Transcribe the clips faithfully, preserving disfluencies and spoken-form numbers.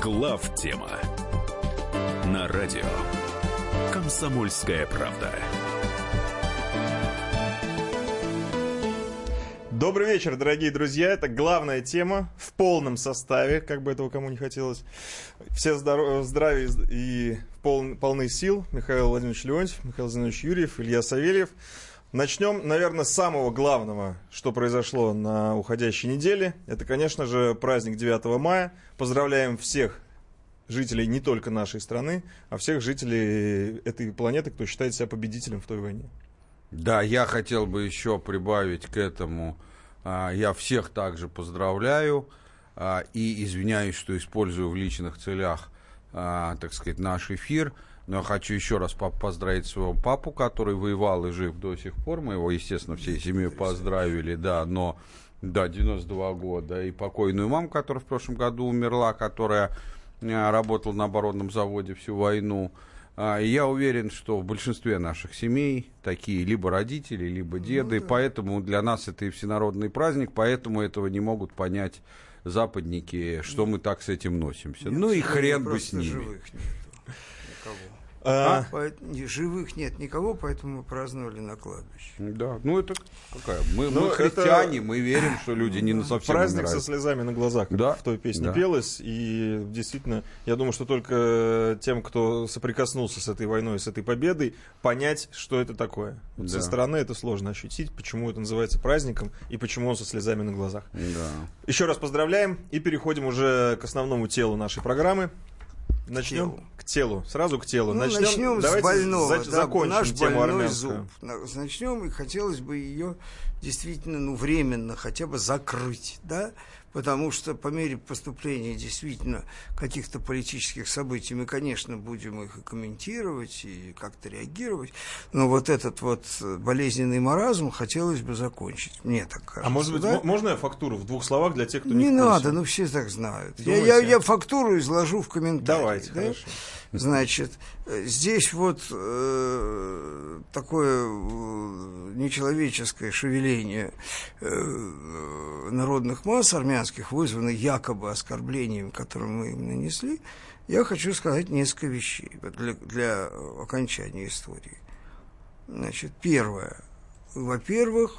Главтема на радио «Комсомольская правда». Добрый вечер, дорогие друзья. Это главная тема в полном составе, как бы этого кому не хотелось. Все здоров... здравия и пол... полны сил. Михаил Владимирович Леонтьев, Михаил Владимирович Юрьев, Илья Савельев. Начнем, наверное, с самого главного, что произошло на уходящей неделе. Это, конечно же, праздник девятого мая. Поздравляем всех жителей не только нашей страны, а всех жителей этой планеты, кто считает себя победителем в той войне. Да, я хотел бы еще прибавить к этому. Я всех также поздравляю и извиняюсь, что использую в личных целях, так сказать, наш эфир. Но я хочу еще раз поздравить своего папу, который воевал и жив до сих пор. Мы его, естественно, всей семьей поздравили, да, но, да, девяносто два года. И покойную маму, которая в прошлом году умерла, которая работала на оборонном заводе всю войну. И я уверен, что в большинстве наших семей такие либо родители, либо деды. Ну, да. Поэтому для нас это и всенародный праздник, поэтому этого не могут понять западники, что мы так с этим носимся. Нет, ну и хрен бы с ними. Живых нету. Никого. А? По... Живых нет никого, поэтому мы праздновали на кладбище. Да, ну это какая? Мы, мы христиане, это... мы верим, что люди не совсем праздник умирают. Со слезами на глазах, как да? в той песне да. пелось. И действительно, я думаю, что только тем, кто соприкоснулся с этой войной, с этой победой, понять, что это такое. Вот да. Со стороны это сложно ощутить, почему это называется праздником и почему он со слезами на глазах. Да. Еще раз поздравляем и переходим уже к основному телу нашей программы. Начнем телу. к телу, сразу к телу. Ну, начнем, начнем с больного, за, да, закончим наш тему больной армянскую. зуб. Начнем, и хотелось бы ее действительно, ну, временно хотя бы закрыть, да, потому что по мере поступления действительно каких-то политических событий мы, конечно, будем их и комментировать, и как-то реагировать, но вот этот вот болезненный маразм хотелось бы закончить, мне так кажется. А может быть, да? можно я фактуру в двух словах для тех, кто не Не в курсе? надо, ну все так знают. Я, я, я фактуру изложу в комментариях. Давайте, да? хорошо. Значит, здесь вот э, такое э, нечеловеческое шевеление э, народных масс армянских, вызвано якобы оскорблением, которое мы им нанесли. Я хочу сказать несколько вещей для, для окончания истории. Значит, первое. Во-первых,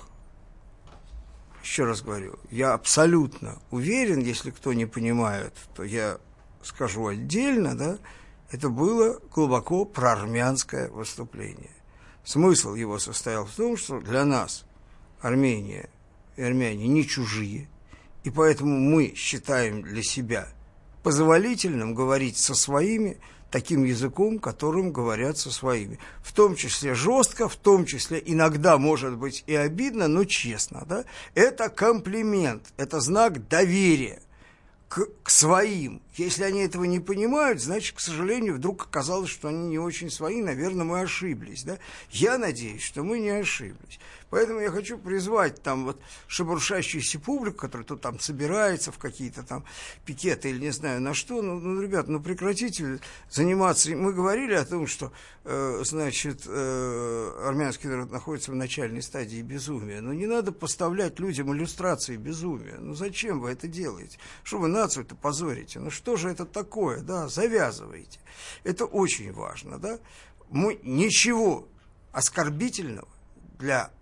еще раз говорю, я абсолютно уверен, если кто не понимает, то я скажу отдельно, да, это было глубоко проармянское выступление. Смысл его состоял в том, что для нас Армения и армяне не чужие, и поэтому мы считаем для себя позволительным говорить со своими таким языком, которым говорят со своими. В том числе жестко, в том числе иногда, может быть, и обидно, но честно. Да? Это комплимент, это знак доверия к, к своим. Если они этого не понимают, значит, к сожалению, вдруг оказалось, что они не очень свои, наверное, мы ошиблись. Да? Я надеюсь, что мы не ошиблись. Поэтому я хочу призвать там вот шебуршащуюся публику, которая тут там собирается в какие-то там пикеты или не знаю на что. Ну, ну ребят, ну прекратите заниматься. Мы говорили о том, что, э, значит, э, армянский народ находится в начальной стадии безумия. Но не надо поставлять людям иллюстрации безумия. Ну зачем вы это делаете? Что вы нацию-то позорите? Ну что же это такое? Да, завязывайте. Это очень важно, да? Мы ничего оскорбительного для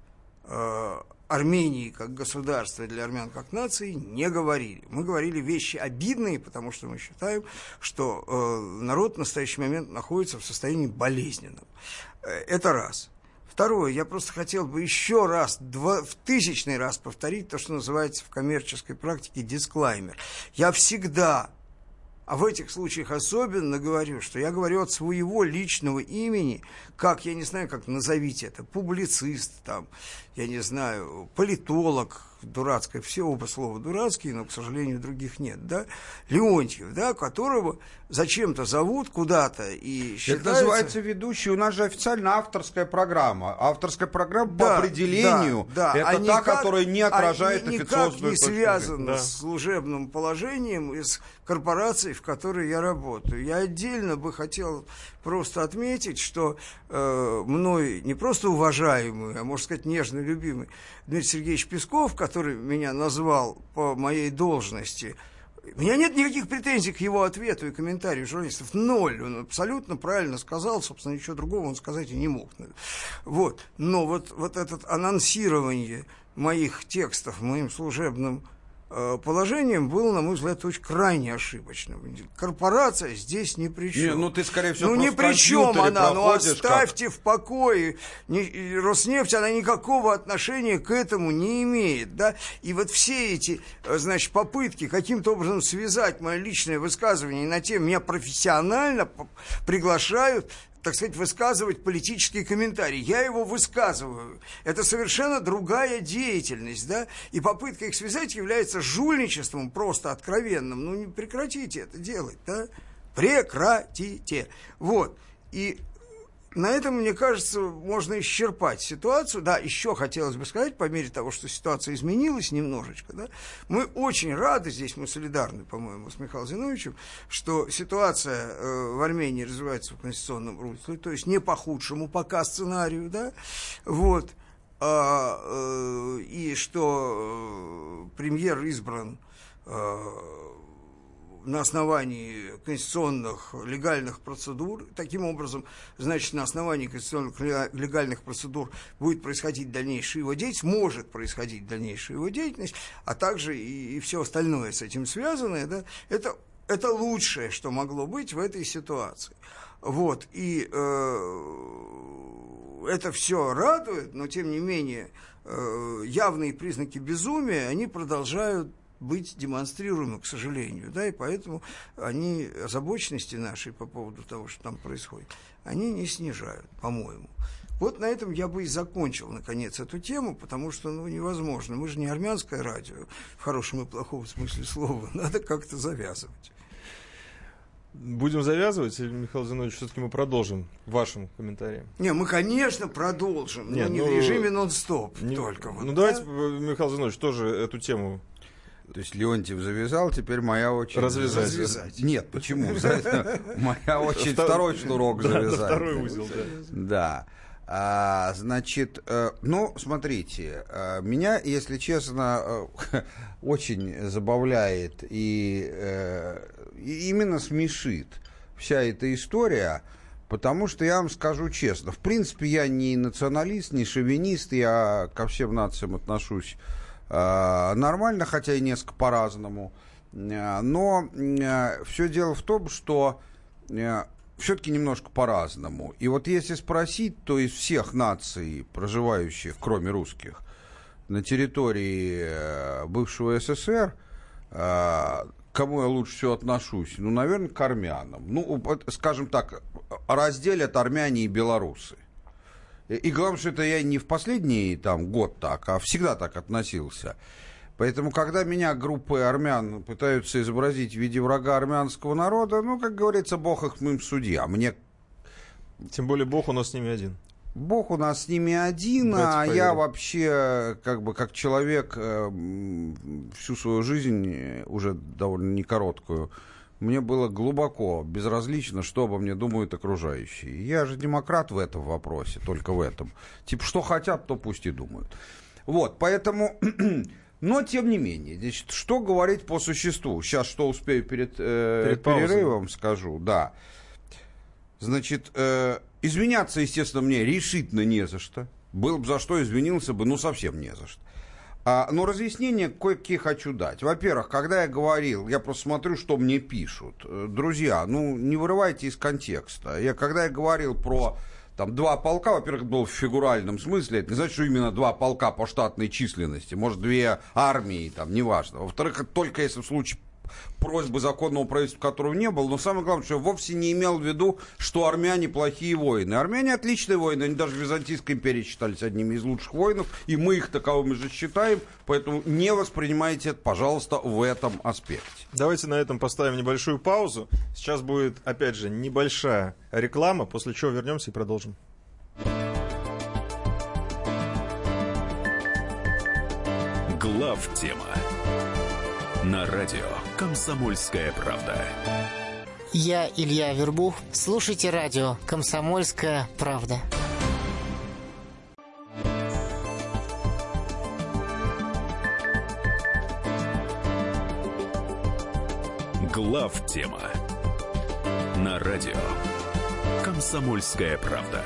Армении как государства, для армян как нации не говорили. Мы говорили вещи обидные, потому что мы считаем, что э, народ в настоящий момент находится в состоянии болезненном. Это раз. Второе, я просто хотел бы еще раз, два, в тысячный раз повторить то, что называется в коммерческой практике дисклаймер. Я всегда, а в этих случаях особенно говорю, что я говорю от своего личного имени, как, я не знаю, как назовите это, публицист, там, я не знаю, политолог, дурацкое, все оба слова дурацкие, но, к сожалению, других нет, да, Леонтьев, да, которого зачем-то зовут куда-то и считается... Это называется ведущий, у нас же официально авторская программа. Авторская программа да, по определению, да, да. это а та, никак, которая не отражает а официозную точку зрения. Никак не связана да. с служебным положением и с корпорацией, в которой я работаю. Я отдельно бы хотел просто отметить, что э, мной не просто уважаемый, а, можно сказать, нежно любимый Дмитрий Сергеевич Песков, который меня назвал по моей должности У меня нет никаких претензий к его ответу и комментарию журналистов. Ноль. Он абсолютно правильно сказал. Собственно, ничего другого он сказать и не мог. Вот. Но вот, вот это анонсирование моих текстов моим служебным э, положением было, на мой взгляд, очень крайне ошибочным. Корпорация здесь ни при чем. Не, ну, ты, скорее всего, ну, ни при чем она. Ну, оставьте как... в покое. Не, Роснефть, она никакого отношения к этому не имеет. Да? И вот все эти, значит, попытки каким-то образом связать мое личное высказывание на тему, меня профессионально приглашают, так сказать, высказывать политические комментарии. Я его высказываю. Это совершенно другая деятельность, да? И попытка их связать является жульничеством просто откровенным. Ну, не прекратите это делать, да? Прекратите. Вот. И на этом, мне кажется, можно исчерпать ситуацию. Да, еще хотелось бы сказать, по мере того, что ситуация изменилась немножечко, да, мы очень рады, здесь мы солидарны, по-моему, с Михаилом Зиновьевичем, что ситуация э, в Армении развивается в конституционном русле, то есть не по худшему пока сценарию, да, вот, а, э, и что э, премьер избран э, на основании конституционных легальных процедур. Таким образом, значит, на основании конституционных легальных процедур будет происходить дальнейшая его деятельность, может происходить дальнейшая его деятельность, а также и, и все остальное с этим связанное. Да, это, это лучшее, что могло быть в этой ситуации. Вот, и э, это все радует, но, тем не менее, э, явные признаки безумия, они продолжают быть демонстрируемы, к сожалению, да, и поэтому они, озабоченности нашей по поводу того, что там происходит, они не снижают, по-моему. Вот на этом я бы и закончил, наконец, эту тему, потому что, ну, невозможно. Мы же не армянское радио, в хорошем и плохом смысле слова, надо как-то завязывать. Будем завязывать, или, Михаил Зиновьевич, все-таки мы продолжим вашим комментарием? Не, мы, конечно, продолжим, Нет, но не ну, в режиме нон-стоп не, только. Вот, ну, да? давайте, Михаил Зиновьевич, тоже эту тему... То есть Леонтьев завязал, теперь моя очередь... Развязать. Развязать. Нет, почему? Моя очередь второй шнурок завязать. Второй узел, да. Да. А, значит, ну, смотрите, меня, если честно, очень забавляет и, и именно смешит вся эта история, потому что я вам скажу честно, в принципе, я не националист, не шовинист, я ко всем нациям отношусь нормально, хотя и несколько по-разному. Но все дело в том, что все-таки немножко по-разному. И вот если спросить, то из всех наций, проживающих, кроме русских, на территории бывшего СССР, к кому я лучше всего отношусь? Ну, наверное, к армянам. Ну, скажем так, разделят армяне и белорусы. И главное, что это я не в последний там, год так, а всегда так относился. Поэтому, когда меня группы армян пытаются изобразить в виде врага армянского народа, ну, как говорится, Бог их им судья. Мне... Тем более Бог у нас с ними один. Бог у нас с ними один, Давайте а поверим. я вообще, как бы, как человек, всю свою жизнь, уже довольно не короткую, мне было глубоко безразлично, что обо мне думают окружающие. Я же демократ в этом вопросе, только в этом. Типа, что хотят, то пусть и думают. Вот, поэтому... Но, тем не менее, значит, что говорить по существу? Сейчас что успею перед, э, перед перерывом скажу, да. Значит, э, извиняться, естественно, мне решительно не за что. Было бы за что, извинился бы, ну, совсем не за что. А, но разъяснения кое-какие хочу дать. Во-первых, когда я говорил, я просто смотрю, что мне пишут. Друзья, ну, не вырывайте из контекста. Я, когда я говорил про там, два полка, во-первых, это было в фигуральном смысле, это не значит, что именно два полка по штатной численности, может, две армии, там, неважно. Во-вторых, это только если в случае просьбы законного правительства, которого не было, но самое главное, что я вовсе не имел в виду, что армяне плохие воины. Армяне отличные воины, они даже в Византийской империи считались одними из лучших воинов, и мы их таковыми же считаем, поэтому не воспринимайте это, пожалуйста, в этом аспекте. Давайте на этом поставим небольшую паузу. Сейчас будет, опять же, небольшая реклама, после чего вернемся и продолжим. Главтема на радио «Комсомольская правда». Я Илья Вербух. Слушайте радио «Комсомольская правда». Глав тема на радио «Комсомольская правда».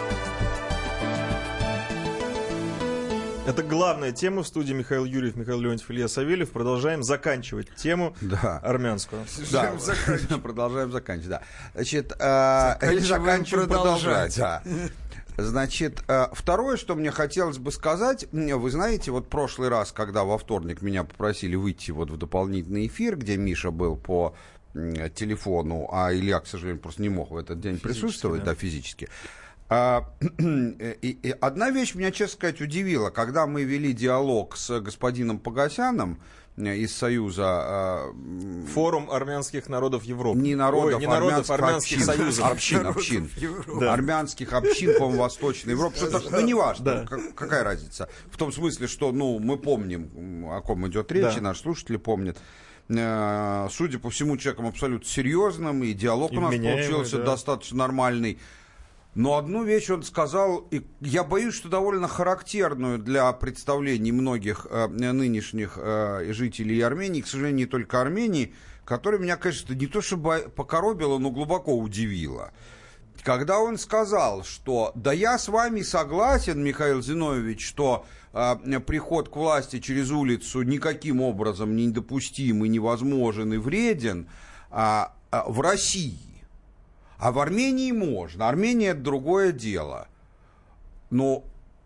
Это главная тема. В студии Михаил Юрьев, Михаил Леонтьев, Илья Савельев. Продолжаем заканчивать тему да. армянскую. Да, продолжаем заканчивать. Да. Значит, заканчиваем, заканчиваем продолжать. Да. Значит, второе, что мне хотелось бы сказать, вы знаете, вот в прошлый раз, когда во вторник меня попросили выйти вот в дополнительный эфир, где Миша был по телефону, а Илья, к сожалению, просто не мог в этот день физически, присутствовать, да, да физически. А, и, и одна вещь меня, честно сказать, удивила. Когда мы вели диалог с господином Погосяном из Союза... Форум армянских народов Европы. Не народов, Ой, не народов армянских, армянских союзов. Общин, общин. Да. Армянских общин, по-моему, Восточной Европы. Что ну, не важно, да. как, какая разница. В том смысле, что ну, мы помним, о ком идет речь, да. и наши слушатели помнят. Судя по всему, человеком абсолютно серьезным, и диалог и у нас получился да. достаточно нормальный. Но одну вещь он сказал, и я боюсь, что довольно характерную для представлений многих э, нынешних э, жителей Армении, к сожалению, не только Армении, которая меня, конечно, не то чтобы покоробила, но глубоко удивила. Когда он сказал, что да я с вами согласен, Михаил Зиновьевич, что э, приход к власти через улицу никаким образом недопустим и невозможен и вреден э, э, в России. А в Армении можно. Армения – это другое дело. Но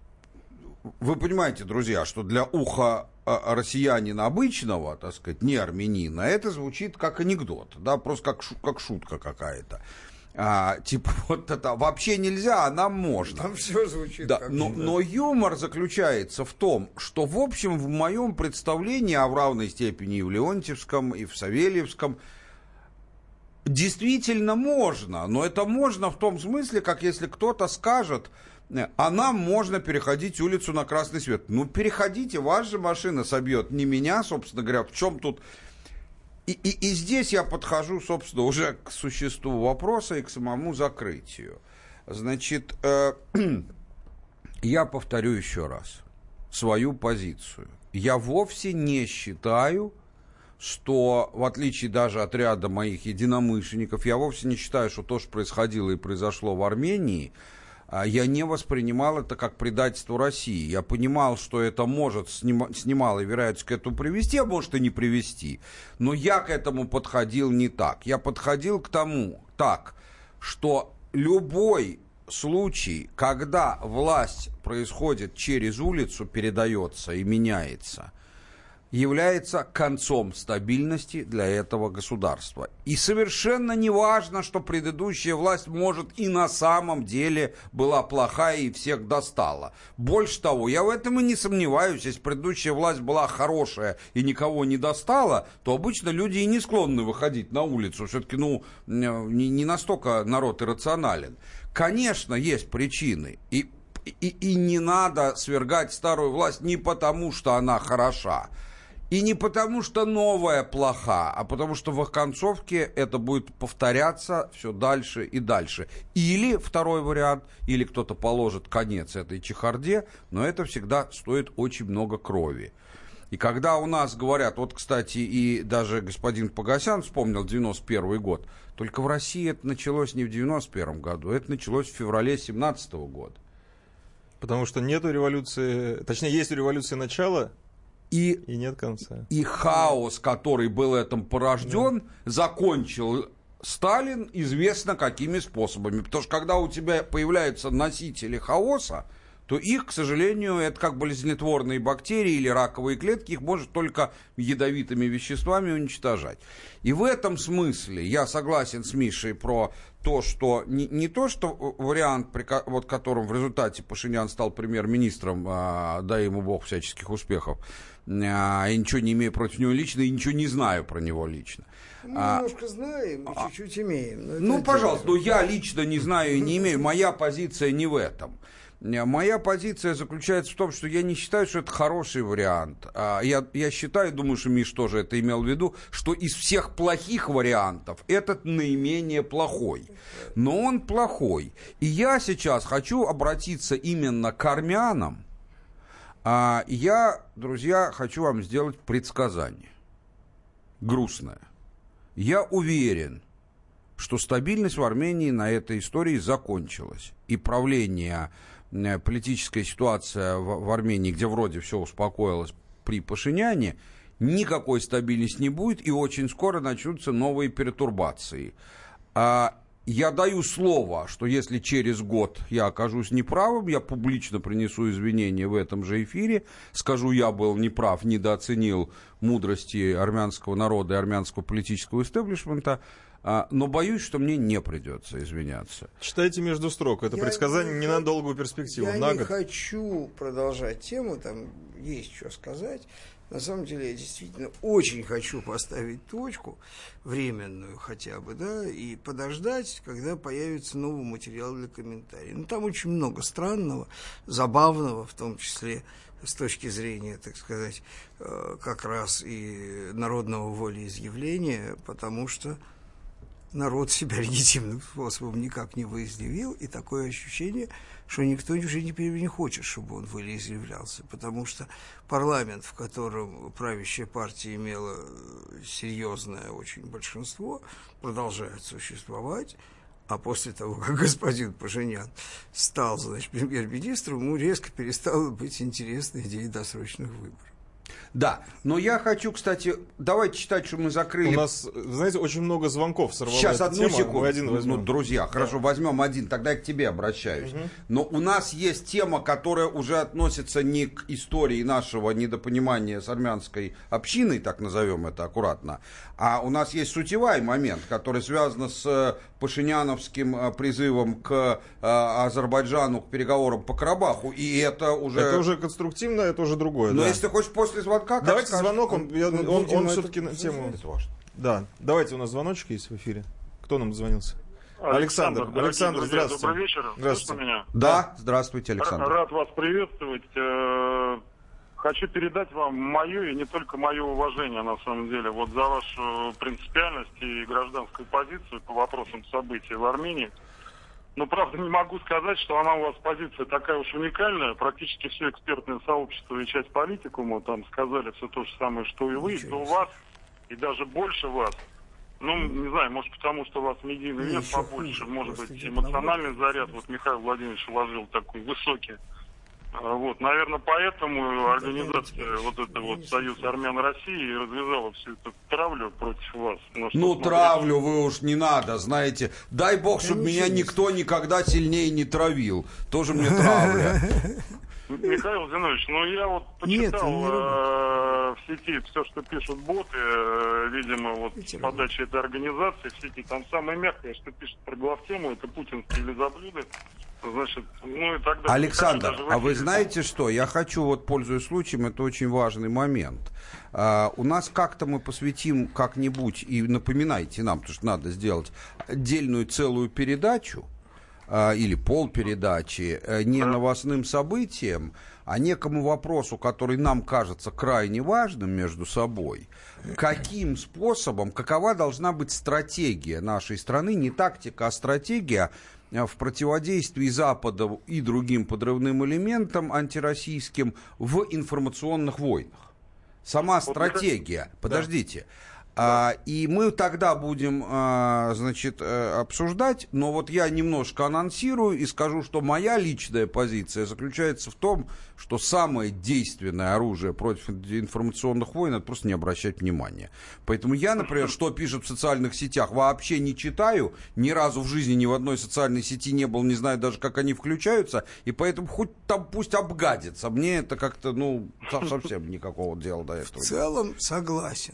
вы понимаете, друзья, что для уха россиянина обычного, так сказать, не армянина, это звучит как анекдот, да, просто как, шу- как шутка какая-то. А, типа вот это вообще нельзя, а нам можно. Там все звучит да, как но, но юмор заключается в том, что, в общем, в моем представлении, а в равной степени и в Леонтьевском, и в Савельевском, действительно можно, но это можно в том смысле, как если кто-то скажет, а нам можно переходить улицу на красный свет. Ну, переходите, ваша машина собьет, не меня, собственно говоря, в чем тут... И, и, и здесь я подхожу, собственно, уже к существу вопроса и к самому закрытию. Значит, э, я повторю еще раз свою позицию. Я вовсе не считаю... что, в отличие даже от ряда моих единомышленников, я вовсе не считаю, что то, что происходило и произошло в Армении, я не воспринимал это как предательство России. Я понимал, что это может с немалой вероятностью к этому привести, а может и не привести. Но я к этому подходил не так. Я подходил к тому так, что любой случай, когда власть происходит через улицу, передается и меняется, является концом стабильности для этого государства. И совершенно не важно, что предыдущая власть, может, и на самом деле была плохая и всех достала. Больше того, я в этом и не сомневаюсь, если предыдущая власть была хорошая и никого не достала, то обычно люди и не склонны выходить на улицу. Все-таки, ну, не, не настолько народ иррационален. Конечно, есть причины. И, и, и не надо свергать старую власть не потому, что она хороша. И не потому, что новая плоха, а потому, что в их концовке это будет повторяться все дальше и дальше. Или, второй вариант, или кто-то положит конец этой чехарде, но это всегда стоит очень много крови. И когда у нас говорят, вот, кстати, и даже господин Погосян вспомнил девяносто первый год, только в России это началось не в девяносто первом году, это началось в феврале семнадцатого года. Потому что нету революции, точнее, есть у революции начало, И, и нет конца. И хаос, который был этим порожден, да. закончил Сталин известно какими способами. Потому что когда у тебя появляются носители хаоса, то их, к сожалению, это как болезнетворные бактерии или раковые клетки, их может только ядовитыми веществами уничтожать. И в этом смысле я согласен с Мишей про то, что не, не то, что вариант, при вот, которым в результате Пашинян стал премьер-министром, а, дай ему бог всяческих успехов, а, я ничего не имею против него лично и ничего не знаю про него лично. Мы немножко а, знаем и а, чуть-чуть имеем. Ну, пожалуйста, но я лично не знаю и не имею, моя позиция не в этом. Моя позиция заключается в том, что я не считаю, что это хороший вариант. Я, я считаю, думаю, что Миш тоже это имел в виду, что из всех плохих вариантов этот наименее плохой. Но он плохой. И я сейчас хочу обратиться именно к армянам. Я, друзья, хочу вам сделать предсказание. Грустное. Я уверен, что стабильность в Армении на этой истории закончилась. И правление, политическая ситуация в, в Армении, где вроде все успокоилось при Пашиняне, никакой стабильности не будет, и очень скоро начнутся новые перетурбации. А я даю слово, что если через год я окажусь неправым, я публично принесу извинения в этом же эфире, скажу, я был неправ, недооценил мудрости армянского народа и армянского политического истеблишмента, но боюсь, что мне не придется извиняться. Читайте между строк. Это я предсказание не, не на долгую перспективу. Я на не год. хочу продолжать тему, там есть что сказать. На самом деле я действительно очень хочу поставить точку, временную хотя бы, да, и подождать, когда появится новый материал для комментариев. Ну, там очень много странного, забавного, в том числе с точки зрения, так сказать, как раз и народного волеизъявления, потому что народ себя легитимным способом никак не волеизъявил, и такое ощущение, что никто уже не, не хочет, чтобы он волеизъявлялся, потому что парламент, в котором правящая партия имела серьезное очень большинство, продолжает существовать, а после того, как господин Пашинян стал, значит, премьер-министром, ему резко перестала быть интересна идея досрочных выборов. Да, но я хочу, кстати, давайте считать, что мы закрыли... У нас, знаете, очень много звонков сорвало. Сейчас, одну тему. секунду. Мы один возьмем. Ну, друзья, да. Хорошо, возьмем один, тогда я к тебе обращаюсь. Угу. Но у нас есть тема, которая уже относится не к истории нашего недопонимания с армянской общиной, так назовем это аккуратно, а у нас есть сутевой момент, который связан с пашиняновским призывом к Азербайджану, к переговорам по Карабаху, и это уже... Это уже конструктивно, это уже другое. Но да. если ты хочешь после звонка... Давайте скажешь, звонок, он, я, он, он, он все-таки на тему... Это важно. Да, давайте, у нас звоночек есть в эфире. Кто нам дозвонился? Александр. Александр, Александр, здравствуйте. Добрый вечер. Здравствуйте. Меня? Да, здравствуйте, Александр. Рад вас приветствовать. Хочу передать вам мое и не только мое уважение, на самом деле, вот за вашу принципиальность и гражданскую позицию по вопросам событий в Армении. Но, правда, не могу сказать, что она у вас позиция такая уж уникальная. Практически все экспертное сообщество и часть политикума там сказали все то же самое, что и вы, что у вас, и даже больше вас. Ну, не знаю, может, потому что у вас медийный вес побольше, хуже, может быть, эмоциональный заряд. Вот Михаил Владимирович уложил такой высокий. Вот, наверное, поэтому организация, вот это вот Союз армян России развязала всю эту травлю против вас. Ну, смотрите. Травлю вы уж не надо, знаете. Дай бог, чтобы меня никто никогда сильнее не травил. Тоже мне травля. Михаил Зинович, ну я вот почитал Нет, э, в сети все, что пишут боты, э, видимо, вот с подачи этой организации в сети, там самое мягкое, что пишут про главтему, это путинские лизоблюды. Значит, ну и так далее. Александр, а вы знаете что? Я хочу, вот пользуясь случаем, это очень важный момент. А, у нас как-то мы посвятим как-нибудь, и напоминайте нам, потому что надо сделать отдельную целую передачу, или полпередачи, не новостным событиям, а некому вопросу, который нам кажется крайне важным между собой. Каким способом, какова должна быть стратегия нашей страны, не тактика, а стратегия в противодействии Запада и другим подрывным элементам антироссийским в информационных войнах? Сама стратегия, подождите. А, и мы тогда будем, а, значит, обсуждать, но вот я немножко анонсирую и скажу, что моя личная позиция заключается в том, что самое действенное оружие против информационных войн — это просто не обращать внимания. Поэтому я, например, что пишут в социальных сетях, вообще не читаю, ни разу в жизни ни в одной социальной сети не был, не знаю даже, как они включаются, и поэтому хоть там пусть обгадится. Мне это как-то, ну, совсем никакого дела до этого. В целом согласен.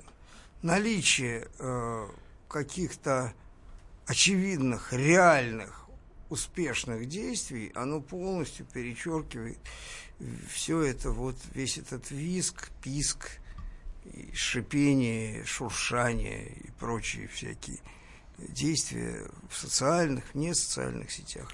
Наличие э, каких-то очевидных, реальных, успешных действий, оно полностью перечеркивает все это, вот весь этот визг, писк, и шипение, шуршание и прочие всякие действия в социальных, в несоциальных сетях.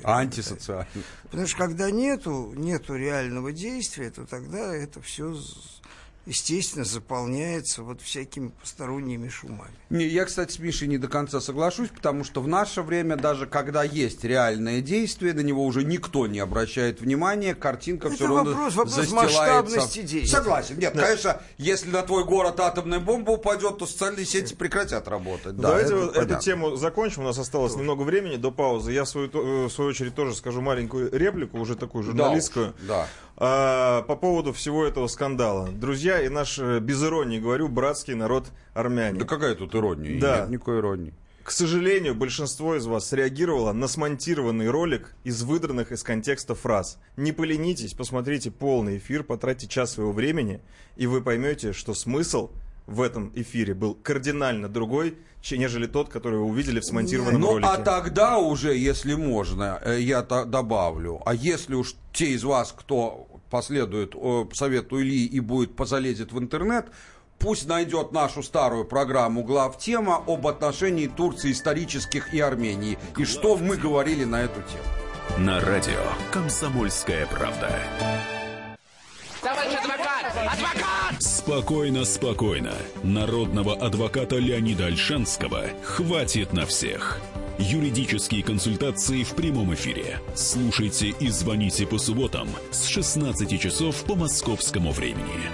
Антисоциальных. Потому что когда нету, нету реального действия, то тогда это все естественно, заполняется вот всякими посторонними шумами. Не, я, кстати, с Мишей не до конца соглашусь, потому что в наше время, даже когда есть реальное действие, на него уже никто не обращает внимания, картинка Это все равно вопрос, вопрос застилается. масштабности действия. Согласен. Нет, да. Конечно, если на твой город атомная бомба упадет, то социальные сети прекратят работать. Да, давайте вот эту тему закончим, у нас осталось тоже немного времени до паузы. Я в свою, в свою очередь тоже скажу маленькую реплику, уже такую журналистскую. Да. А, по поводу всего этого скандала. Друзья, и наш, без иронии говорю, братский народ армяне. Да какая тут ирония? Да. Нет никакой иронии. К сожалению, большинство из вас среагировало на смонтированный ролик из выдранных из контекста фраз. Не поленитесь, посмотрите полный эфир, потратьте час своего времени, и вы поймете, что смысл в этом эфире был кардинально другой, нежели тот, который вы увидели в смонтированном ну, ролике. Ну, а тогда уже, если можно, я добавлю, а если уж те из вас, кто последует совету Ильи и будет позалезет в интернет, пусть найдет нашу старую программу «Главтема» об отношении Турции исторических и Армении. И что мы говорили на эту тему. На радио «Комсомольская правда». Товарищ адвокат! Адвокат! Спокойно, спокойно. Народного адвоката Леонида Ольшанского хватит на всех. Юридические консультации в прямом эфире. Слушайте и звоните по субботам с шестнадцати часов по московскому времени.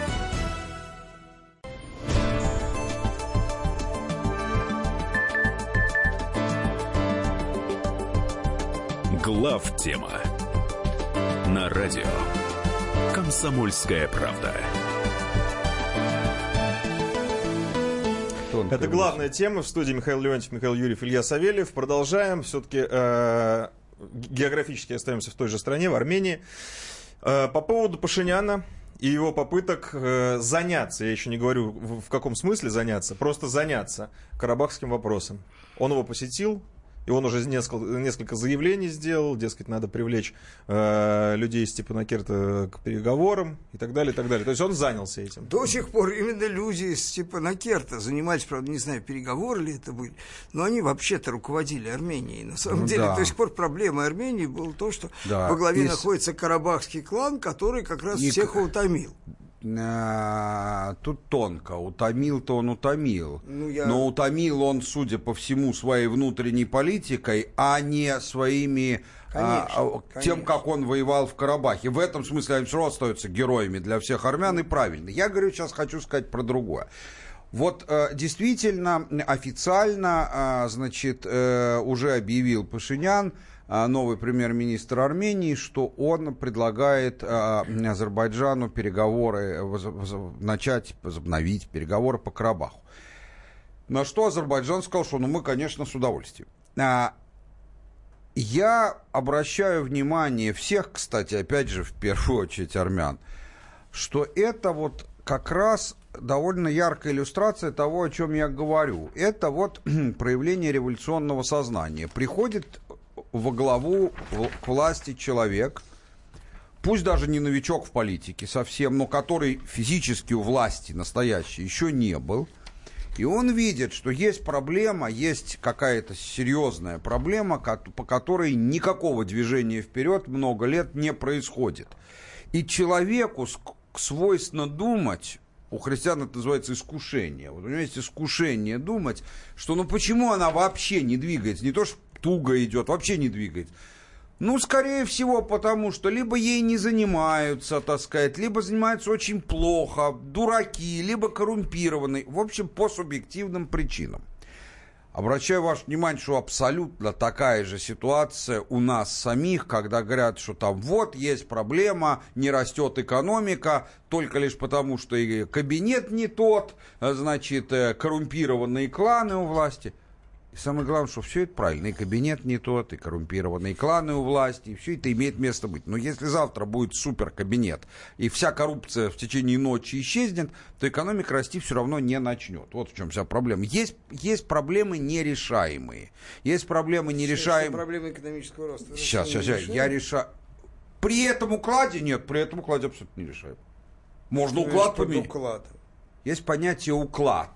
Главтема на радио «Комсомольская правда». Это главная тема. В студии Михаил Леонтьев, Михаил Юрьев, Илья Савельев. Продолжаем. Все-таки э, географически остаемся в той же стране, в Армении. Э, по поводу Пашиняна и его попыток э, заняться, я еще не говорю в, в каком смысле заняться, просто заняться карабахским вопросом. Он его посетил. И он уже несколько, несколько заявлений сделал, дескать, надо привлечь э, людей из Степанакерта к переговорам и так далее, и так далее. То есть он занялся этим. До сих пор именно люди из Степанакерта занимались, правда, не знаю, переговоры ли это были, но они вообще-то руководили Арменией. На самом ну, деле, да. До сих пор проблема Армении было то, что да. во главе из... находится карабахский клан, который как раз и... всех утомил. Тут тонко. Утомил-то он утомил. Ну, я... Но утомил он, судя по всему, своей внутренней политикой, а не своими... Конечно, а, конечно. Тем, как он воевал в Карабахе. В этом смысле они все равно остаются героями для всех армян, и правильно. Я говорю, сейчас хочу сказать про другое. Вот действительно, официально, значит, уже объявил Пашинян, новый премьер-министр Армении, что он предлагает Азербайджану переговоры, начать, возобновить переговоры по Карабаху. На что Азербайджан сказал, что ну мы, конечно, с удовольствием. Я обращаю внимание всех, кстати, опять же, в первую очередь армян, что это вот как раз довольно яркая иллюстрация того, о чем я говорю. Это вот проявление революционного сознания. Приходит во главу к власти человек, пусть даже не новичок в политике совсем, но который физически у власти настоящий еще не был, и он видит, что есть проблема, есть какая-то серьезная проблема, по которой никакого движения вперед много лет не происходит. И человеку свойственно думать, у христиан это называется искушение, вот у него есть искушение думать, что ну почему она вообще не двигается, не то что туго идет, вообще не двигается. Ну, скорее всего, потому что либо ей не занимаются, так сказать, либо занимаются очень плохо, дураки, либо коррумпированные. В общем, по субъективным причинам. Обращаю ваше внимание, что абсолютно такая же ситуация у нас самих, когда говорят, что там вот есть проблема, не растет экономика, только лишь потому, что и кабинет не тот, значит, коррумпированные кланы у власти. И самое главное, что все это правильно, и кабинет не тот, и коррумпированные кланы у власти, и все это имеет место быть. Но если завтра будет суперкабинет, и вся коррупция в течение ночи исчезнет, то экономика расти все равно не начнет. Вот в чем вся проблема. Есть, есть проблемы нерешаемые. Есть проблемы нерешаемые. Проблемы экономического роста. Сейчас, сейчас, сейчас. Я решаю. При этом укладе нет, при этом укладе абсолютно не решаем. Можно уклад поменять. Есть понятие уклад.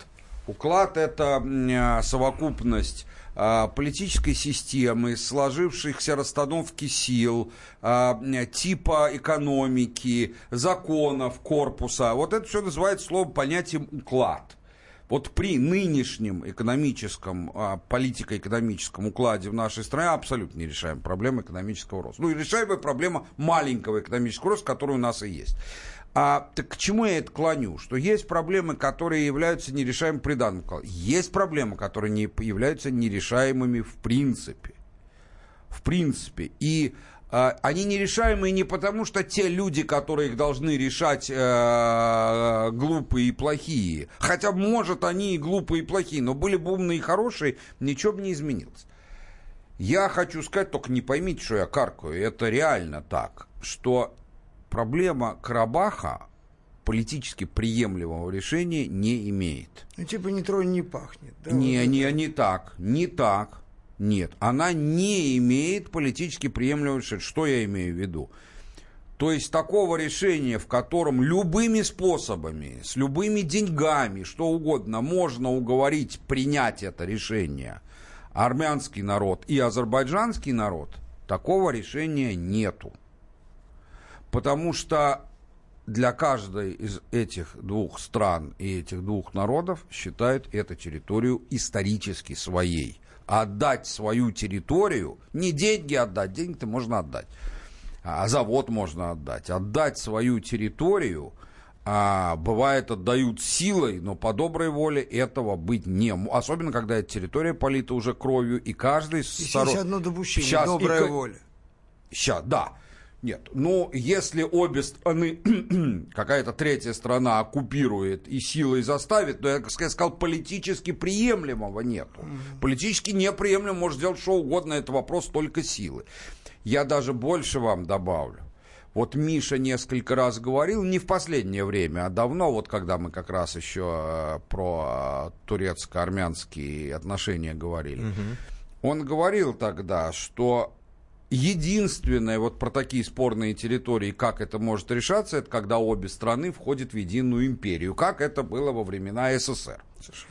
Уклад — это совокупность политической системы, сложившихся расстановки сил, типа экономики, законов, корпуса. Вот это все называется словом, понятием «уклад». Вот при нынешнем экономическом, политико-экономическом укладе в нашей стране абсолютно не решаем проблемы экономического роста. Ну и решаемая проблема маленького экономического роста, который у нас и есть. А, так к чему я это клоню? Что есть проблемы, которые являются нерешаемыми при данном укладе. Есть проблемы, которые не являются нерешаемыми в принципе. В принципе. И а, они нерешаемые не потому, что те люди, которые их должны решать, э, глупые и плохие. Хотя, может, они и глупые и плохие, но были бы умные и хорошие, ничего бы не изменилось. Я хочу сказать, только не поймите, что я каркаю, это реально так, что проблема Карабаха политически приемлемого решения не имеет. Ну, типа не тронь, не пахнет. Да? Не, вот не, это. не так, не так. Нет, она не имеет политически приемлемого решения. Что я имею в виду? То есть такого решения, в котором любыми способами, с любыми деньгами, что угодно, можно уговорить принять это решение армянский народ и азербайджанский народ, такого решения нету. Потому что для каждой из этих двух стран и этих двух народов считают эту территорию исторически своей. Отдать свою территорию, не деньги отдать, деньги-то можно отдать, а завод можно отдать. Отдать свою территорию, а, бывает, отдают силой, но по доброй воле этого быть не может. Особенно, когда эта территория полита уже кровью, и каждый... Здесь сторон... есть одно допущение, сейчас добрая и... воля. Сейчас, да. Нет, ну, если обе страны, какая-то третья страна оккупирует и силой заставит, то я, как я сказал, политически приемлемого нету. Mm-hmm. Политически неприемлемо может сделать что угодно, это вопрос только силы. Я даже больше вам добавлю. Вот Миша несколько раз говорил, не в последнее время, а давно, вот когда мы как раз еще про турецко-армянские отношения говорили. Mm-hmm. Он говорил тогда, что... Единственное вот про такие спорные территории, как это может решаться, это когда обе страны входят в единую империю, как это было во времена СССР.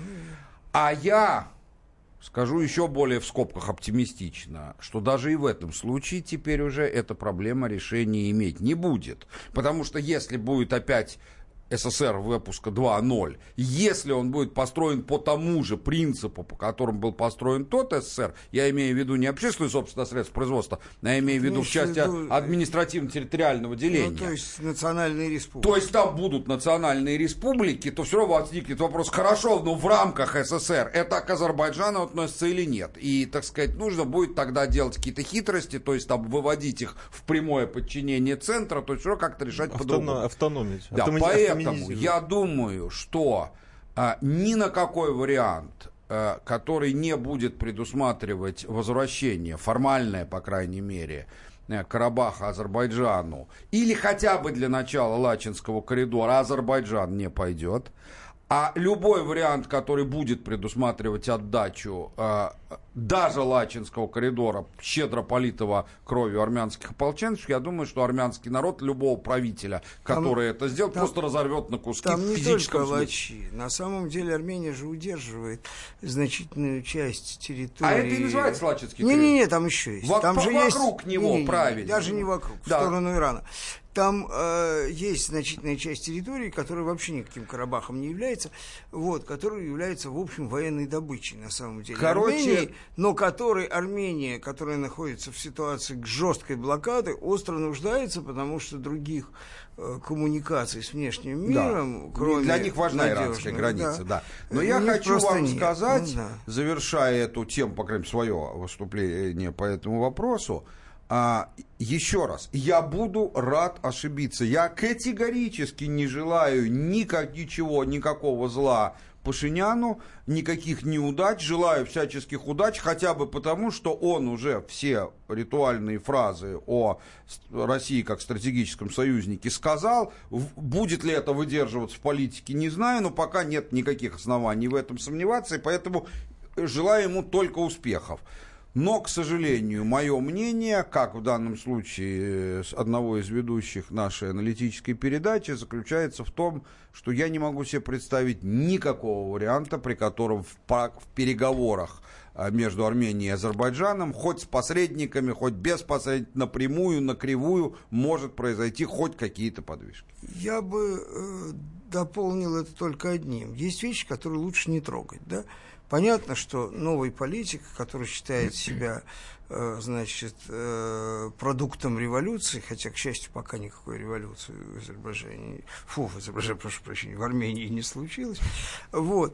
А я скажу еще более в скобках оптимистично, что даже и в этом случае теперь уже эта проблема решения иметь не будет. Потому что если будет опять... СССР выпуска два ноль, если он будет построен по тому же принципу, по которому был построен тот СССР, я имею в виду не общественную собственность средств производства, а я имею в виду в части виду... административно-территориального деления. Ну, то есть национальные республики. То есть там будут национальные республики, то все равно возникнет вопрос, хорошо, но в рамках СССР это к Азербайджану относится или нет? И, так сказать, нужно будет тогда делать какие-то хитрости, то есть там выводить их в прямое подчинение центра, то есть все как-то решать Автоном... по-другому. Автономить. Да, Автоми... поэтому я думаю, что а, ни на какой вариант, а, который не будет предусматривать возвращение, формальное, по крайней мере, Карабаха Азербайджану, или хотя бы для начала Лачинского коридора Азербайджан не пойдет, а любой вариант, который будет предусматривать отдачу э, даже Лачинского коридора, щедро политого кровью армянских ополченцев, я думаю, что армянский народ любого правителя, который там, это сделает, там, просто разорвет на куски там в физическом смысле. Лачи. На самом деле Армения же удерживает значительную часть территории. А это и называется Лачинский коридор? Не-не-не, там еще есть. Во- там по- же вокруг есть... него, не, не, не, правильно. Даже не вокруг, да. в сторону Ирана. Там э, есть значительная часть территории, которая вообще никаким Карабахом не является, вот, которая является, в общем, военной добычей, на самом деле, Короче... Армении, но которой Армения, которая находится в ситуации жесткой блокады, остро нуждается, потому что других э, коммуникаций с внешним миром, да. кроме для них важна надежных, иранская граница, да. да. Но у я хочу вам нет. сказать, ну, да. завершая эту тему, по крайней мере, свое выступление по этому вопросу, А, еще раз, я буду рад ошибиться. Я категорически не желаю никак, ничего, никакого зла Пашиняну, никаких неудач. Желаю всяческих удач, хотя бы потому, что он уже все ритуальные фразы о России как стратегическом союзнике сказал. Будет ли это выдерживаться в политике, не знаю, но пока нет никаких оснований в этом сомневаться, и поэтому желаю ему только успехов. Но, к сожалению, мое мнение, как в данном случае с одного из ведущих нашей аналитической передачи, заключается в том, что я не могу себе представить никакого варианта, при котором в, в переговорах между Арменией и Азербайджаном, хоть с посредниками, хоть без посредников, напрямую, накривую, может произойти хоть какие-то подвижки. Я бы э, дополнил это только одним. Есть вещи, которые лучше не трогать, да? Понятно, что новый политик, который считает себя, э, значит, э, продуктом революции, хотя, к счастью, пока никакой революции в Азербайджане, фу, в Азербайджане, прошу прощения, в Армении не случилось, вот,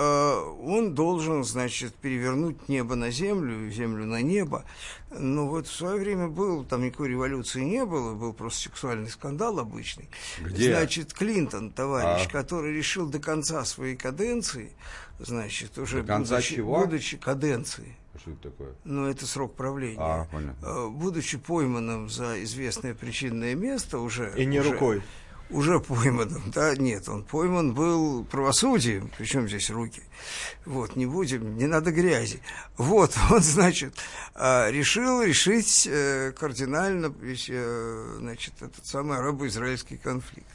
он должен, значит, перевернуть небо на землю, землю на небо. Но вот в свое время был, там никакой революции не было, был просто сексуальный скандал обычный. Где? Значит, Клинтон, товарищ, а? который решил до конца своей каденции, значит, уже до конца будучи, чего? будучи каденции. Что это такое? Ну, это срок правления. А, понятно. Будучи пойманным за известное причинное место уже... И не уже, рукой. Уже пойманным, да, нет, он пойман был правосудием, причем здесь руки, вот, не будем, не надо грязи, вот, он, значит, решил решить кардинально, значит, этот самый арабо-израильский конфликт.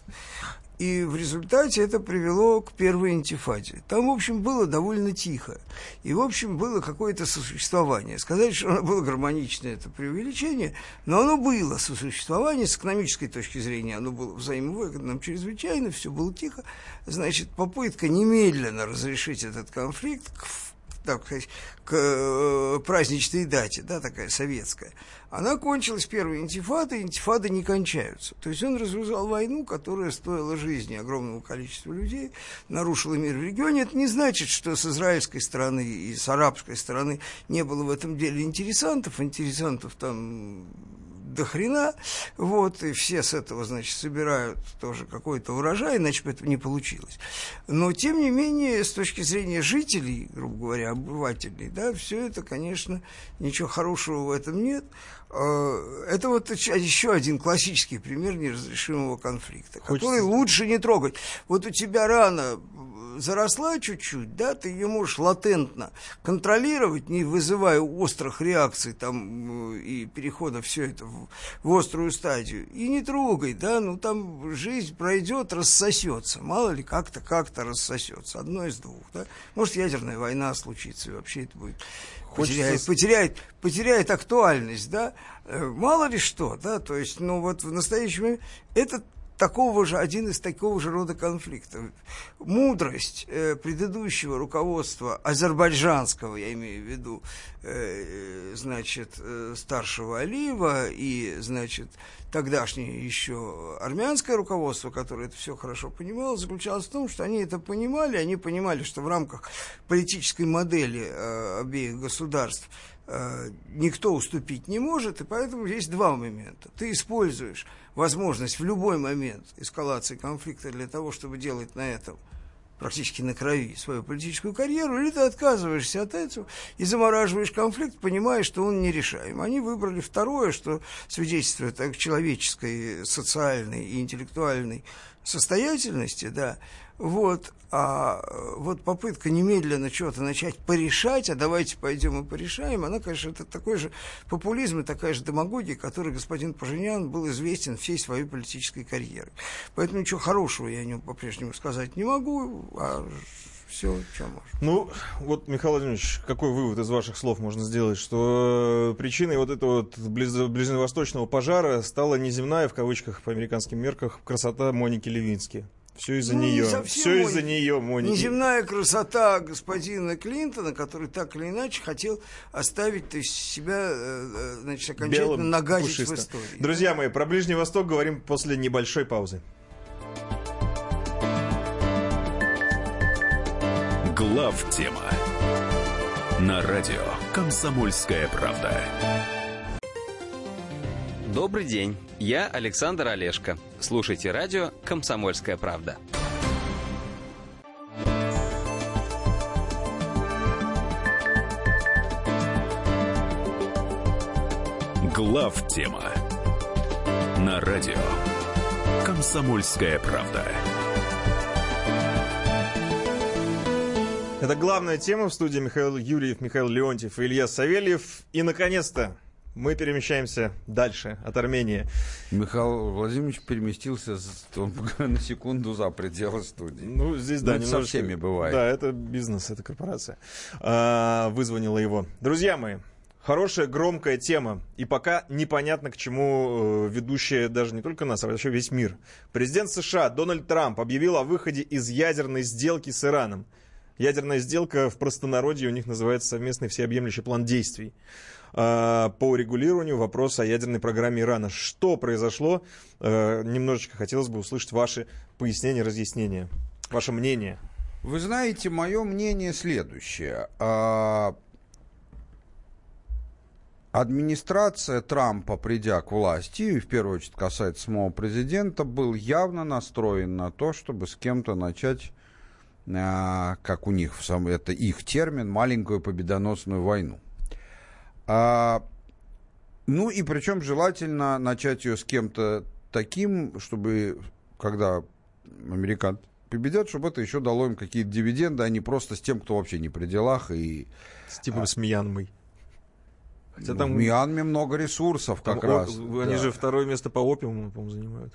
И в результате это привело к первой интифаде. Там, в общем, было довольно тихо. И, в общем, было какое-то сосуществование. Сказать, что оно было гармоничное, это преувеличение, но оно было сосуществование. С экономической точки зрения оно было взаимовыгодным чрезвычайно, все было тихо. Значит, попытка немедленно разрешить этот конфликт к, так сказать, к э, праздничной дате, да, такая советская, она кончилась первой интифадой, интифады не кончаются. То есть он развязал войну, которая стоила жизни огромному количеству людей, нарушила мир в регионе. Это не значит, что с израильской стороны и с арабской стороны не было в этом деле интересантов. Интересантов там до хрена, вот, и все с этого, значит, собирают тоже какой-то урожай, иначе бы этого не получилось. Но, тем не менее, с точки зрения жителей, грубо говоря, обывателей, да, все это, конечно, ничего хорошего в этом нет. Это вот еще один классический пример неразрешимого конфликта, Хочется... который лучше не трогать. Вот у тебя рана заросла чуть-чуть, да, ты ее можешь латентно контролировать, не вызывая острых реакций там и перехода все это в, в острую стадию, и не трогай, да, ну там жизнь пройдет, рассосется, мало ли как-то, как-то рассосется, одно из двух, да, может ядерная война случится, и вообще это будет... Потеряет, потеряет, потеряет актуальность, да, мало ли что, да, то есть, ну вот в настоящий момент это такого же, один из такого же рода конфликтов. Мудрость э, предыдущего руководства азербайджанского, я имею в виду, э, значит, э, старшего Алиева и, значит, тогдашнее еще армянское руководство, которое это все хорошо понимало, заключалось в том, что они это понимали, они понимали, что в рамках политической модели э, обеих государств э, никто уступить не может, и поэтому есть два момента. Ты используешь возможность в любой момент эскалации конфликта для того, чтобы делать на этом практически на крови свою политическую карьеру, или ты отказываешься от этого и замораживаешь конфликт, понимая, что он нерешаем. Они выбрали второе, что свидетельствует о человеческой, социальной и интеллектуальной состоятельности, да, вот, а вот попытка немедленно что-то начать порешать, а давайте пойдем и порешаем, она, конечно, это такой же популизм и такая же демагогия, которой господин Пашинян был известен всей своей политической карьерой. Поэтому ничего хорошего я о нем по-прежнему сказать не могу, а все, что можно. Ну, вот, Михаил Владимирович, какой вывод из ваших слов можно сделать, что причиной вот этого вот ближневосточного пожара стала неземная, в кавычках, по американским меркам, красота Моники Левински? Все из-за ну, нее. Все из-за нее, Моники. Неземная красота господина Клинтона, который так или иначе хотел оставить, то есть, себя, значит, окончательно Белым, нагадить пушисто. В истории. Друзья мои, про Ближний Восток говорим после небольшой паузы. Главтема на радио «Комсомольская правда». Добрый день, я Александр Олешко. Слушайте радио «Комсомольская правда». Главтема на радио «Комсомольская правда». Это главная тема в студии. Михаил Юрьев, Михаил Леонтьев и Илья Савельев. И, наконец-то, мы перемещаемся дальше от Армении. Михаил Владимирович переместился на секунду за пределы студии. Ну, здесь, да, ну, со всеми бывает. Да, это бизнес, это корпорация. А, вызвонила его. Друзья мои, хорошая, громкая тема. И пока непонятно, к чему ведущая даже не только нас, а вообще весь мир. Президент США Дональд Трамп объявил о выходе из ядерной сделки с Ираном. Ядерная сделка в простонародье у них называется совместный всеобъемлющий план действий по урегулированию вопроса о ядерной программе Ирана. Что произошло? Немножечко хотелось бы услышать ваши пояснения, разъяснения, ваше мнение. Вы знаете, мое мнение следующее. Администрация Трампа, придя к власти, и в первую очередь касается самого президента, был явно настроен на то, чтобы с кем-то начать, как у них, это их термин, маленькую победоносную войну. А, ну и причем желательно начать ее с кем-то таким, чтобы, когда американцы победят, чтобы это еще дало им какие-то дивиденды, а не просто с тем, кто вообще не при делах. И, с типом а, с Мьянмой. Хотя ну, там, в Мьянме много ресурсов как там, раз. О, они да. же второе место по опиуму, по-моему, занимают.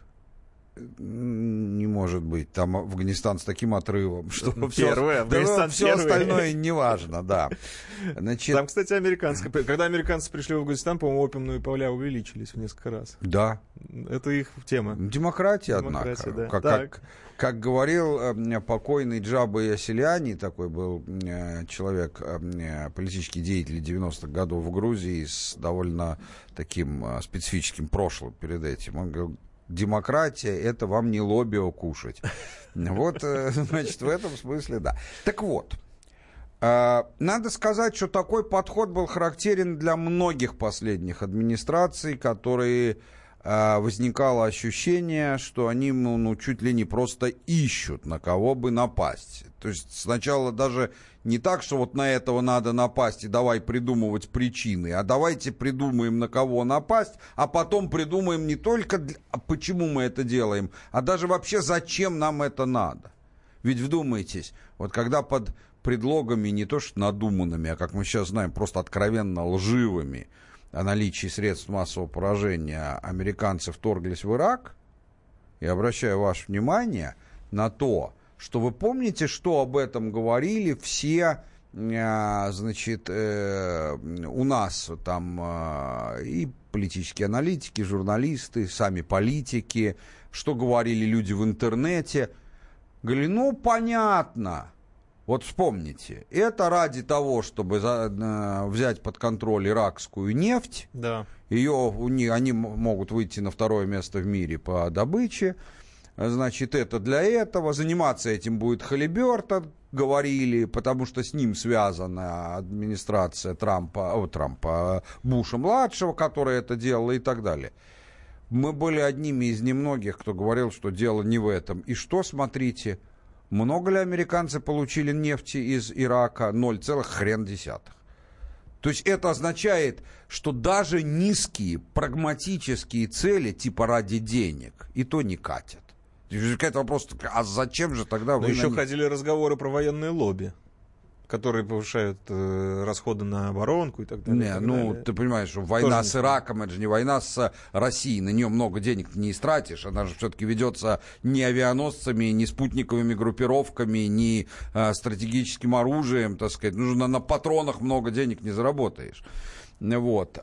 Не может быть. Там Афганистан с таким отрывом, что первое, все, Афганистан все первый. остальное не важно, да. Значит... Там, кстати, американская. Когда американцы пришли в Афганистан, по-моему, опиумные поля увеличились в несколько раз. Да. Это их тема. Демократия, Демократия однако. Да. Как, как, как говорил э, покойный Джаба Ясиляни, такой был э, человек, э, политический деятель девяностых годов в Грузии с довольно таким э, специфическим прошлым перед этим. Он говорил: демократия — это вам не лобио кушать. Вот, значит, в этом смысле, да. Так вот, надо сказать, что такой подход был характерен для многих последних администраций, которые возникало ощущение, что они, ну, ну, чуть ли не просто ищут, на кого бы напасть. То есть сначала даже не так, что вот на этого надо напасть и давай придумывать причины, а давайте придумаем, на кого напасть, а потом придумаем не только для... почему мы это делаем, а даже вообще зачем нам это надо. Ведь вдумайтесь, вот когда под предлогами не то что надуманными, а, как мы сейчас знаем, просто откровенно лживыми, о наличии средств массового поражения американцы вторглись в Ирак, я обращаю ваше внимание на то, что вы помните, что об этом говорили все, значит, у нас там и политические аналитики, журналисты, сами политики, что говорили люди в интернете. Говорили, ну, понятно. Вот вспомните, это ради того, чтобы за, э, взять под контроль иракскую нефть. Да. Ее, у них, они могут выйти на второе место в мире по добыче. Значит, это для этого. Заниматься этим будет Халибертон, говорили, потому что с ним связана администрация Трампа, о, Трампа, Буша-младшего, которая это делала и так далее. Мы были одними из немногих, кто говорил, что дело не в этом. И что, смотрите... Много ли американцы получили нефти из Ирака? Ноль целых хрен десятых. То есть это означает, что даже низкие прагматические цели, типа ради денег, и то не катят. Это вопрос, а зачем же тогда вы... Но еще них... ходили разговоры про военные лобби, которые повышают э, расходы на оборонку и так далее. Не, так ну, далее. ты понимаешь, что война Тоже с Ираком, это же не война с Россией, на нее много денег не истратишь, она же все-таки ведется не авианосцами, не спутниковыми группировками, не э, стратегическим оружием, так сказать, ну, на, на патронах много денег не заработаешь. Вот.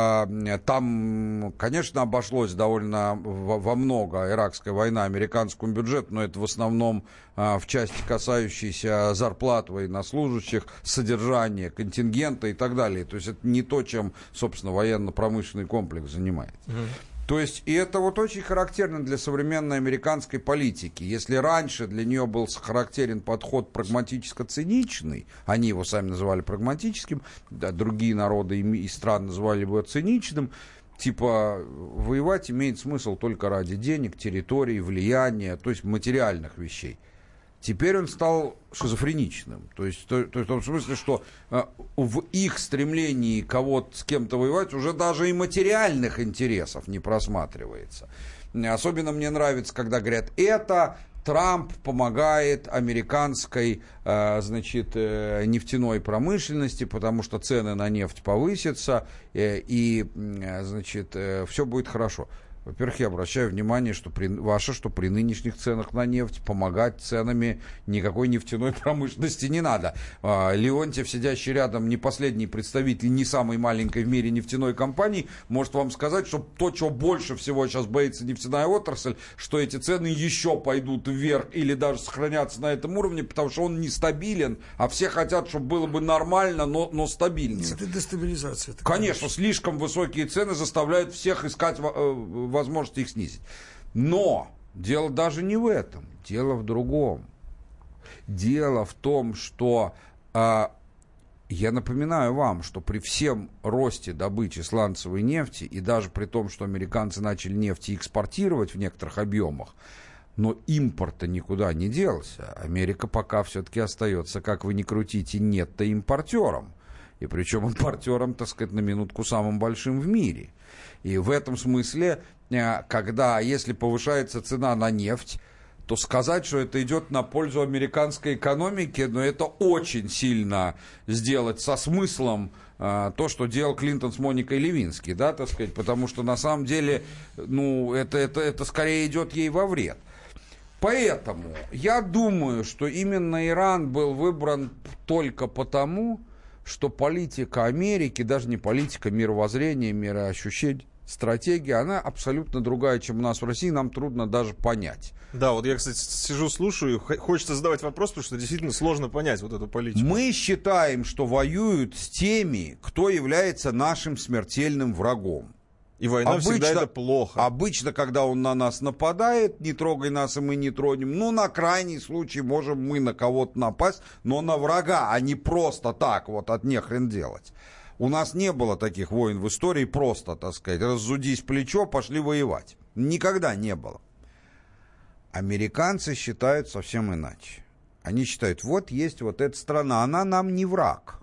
Там, конечно, обошлось довольно во много иракская война американскому бюджету, но это в основном в части, касающейся зарплат военнослужащих, содержания, контингента и так далее. То есть это не то, чем, собственно, военно-промышленный комплекс занимается. То есть, и это вот очень характерно для современной американской политики. Если раньше для нее был характерен подход прагматическо-циничный, они его сами называли прагматическим, да, другие народы и страны называли его циничным, типа воевать имеет смысл только ради денег, территорий, влияния, то есть материальных вещей. Теперь он стал шизофреничным. То есть, то, то есть в том смысле, что э, в их стремлении кого-то с кем-то воевать уже даже и материальных интересов не просматривается. Особенно мне нравится, когда говорят, это Трамп помогает американской, значит, нефтяной промышленности, потому что цены на нефть повысятся, и, значит, все будет хорошо. Во-первых, я обращаю внимание, что при, ваше, что при нынешних ценах на нефть помогать ценами никакой нефтяной промышленности не надо. А, Леонтьев, сидящий рядом, не последний представитель не самой маленькой в мире нефтяной компании, может вам сказать, что то, чего больше всего сейчас боится нефтяная отрасль, что эти цены еще пойдут вверх или даже сохранятся на этом уровне, потому что он нестабилен, а все хотят, чтобы было бы нормально, но, но стабильнее. Это дестабилизация. Это, конечно, конечно, слишком высокие цены заставляют всех искать возможности их снизить. Но дело даже не в этом. Дело в другом. Дело в том, что э, я напоминаю вам, что при всем росте добычи сланцевой нефти и даже при том, что американцы начали нефть экспортировать в некоторых объемах, но импорт-то никуда не делся. Америка пока все-таки остается, как вы ни крутите, нетто-импортером. И причем импортером, так сказать, на минутку самым большим в мире. И в этом смысле, когда, если повышается цена на нефть, то сказать, что это идет на пользу американской экономики, но это очень сильно сделать со смыслом то, что делал Клинтон с Моникой Левински, да, так сказать, потому что на самом деле, ну, это, это, это скорее идет ей во вред. Поэтому я думаю, что именно Иран был выбран только потому, что политика Америки, даже не политика, мировоззрения, мироощущений, стратегия, она абсолютно другая, чем у нас в России, нам трудно даже понять. Да, вот я, кстати, сижу, слушаю, хочется задавать вопрос, потому что действительно сложно понять вот эту политику. Мы считаем, что воюют с теми, кто является нашим смертельным врагом. И война обычно, всегда это плохо. Обычно, когда он на нас нападает, не трогай нас, и мы не тронем. Ну, на крайний случай можем мы на кого-то напасть, но на врага, а не просто так вот от нехрен делать. У нас не было таких войн в истории просто, так сказать, раззудись плечо, пошли воевать. Никогда не было. Американцы считают совсем иначе. Они считают, вот есть вот эта страна, она нам не враг.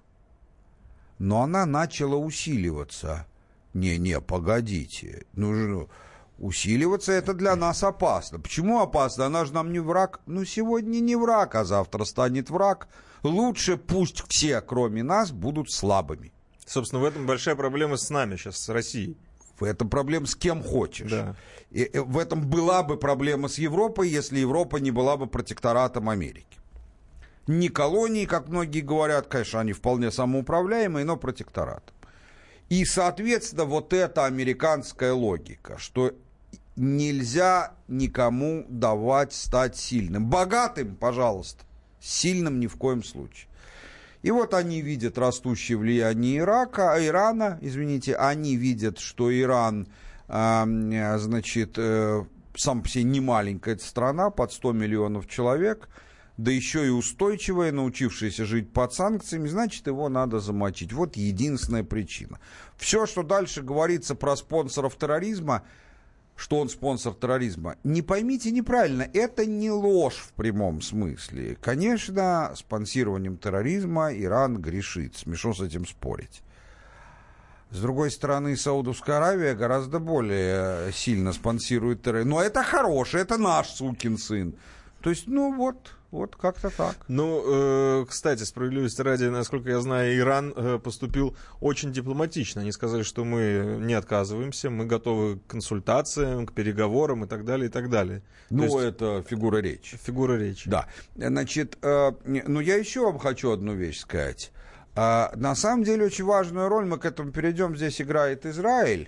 Но она начала усиливаться. Не-не, погодите. Ну, усиливаться это для нас опасно. Почему опасно? Она же нам не враг. Ну, сегодня не враг, а завтра станет враг. Лучше пусть все, кроме нас, будут слабыми. Собственно, в этом большая проблема с нами сейчас, с Россией. В этом проблема с кем хочешь. Да. И, и в этом была бы проблема с Европой, если Европа не была бы протекторатом Америки. Не колонии, как многие говорят, конечно, они вполне самоуправляемые, но протекторатом. И, соответственно, вот эта американская логика, что нельзя никому давать стать сильным. Богатым, пожалуйста, сильным ни в коем случае. И вот они видят растущее влияние Ирака, Ирана, извините, они видят, что Иран, э, значит, э, сам по себе не маленькая страна, под сто миллионов человек, да еще и устойчивая, научившаяся жить под санкциями, значит, его надо замочить. Вот единственная причина. Все, что дальше говорится про спонсоров терроризма, что он спонсор терроризма, не поймите неправильно, это не ложь в прямом смысле. Конечно, спонсированием терроризма Иран грешит, смешно с этим спорить. С другой стороны, Саудовская Аравия гораздо более сильно спонсирует терроризм. Но это хороший, это наш сукин сын. То есть, ну вот, вот как-то так. Ну, э, кстати, справедливости ради, насколько я знаю, Иран э, поступил очень дипломатично. Они сказали, что мы не отказываемся, мы готовы к консультациям, к переговорам и так далее, и так далее. Ну, То есть, это фигура речи. Фигура речи. Да. Значит, э, ну, я еще вам хочу одну вещь сказать. Э, на самом деле, очень важную роль, мы к этому перейдем, здесь играет Израиль.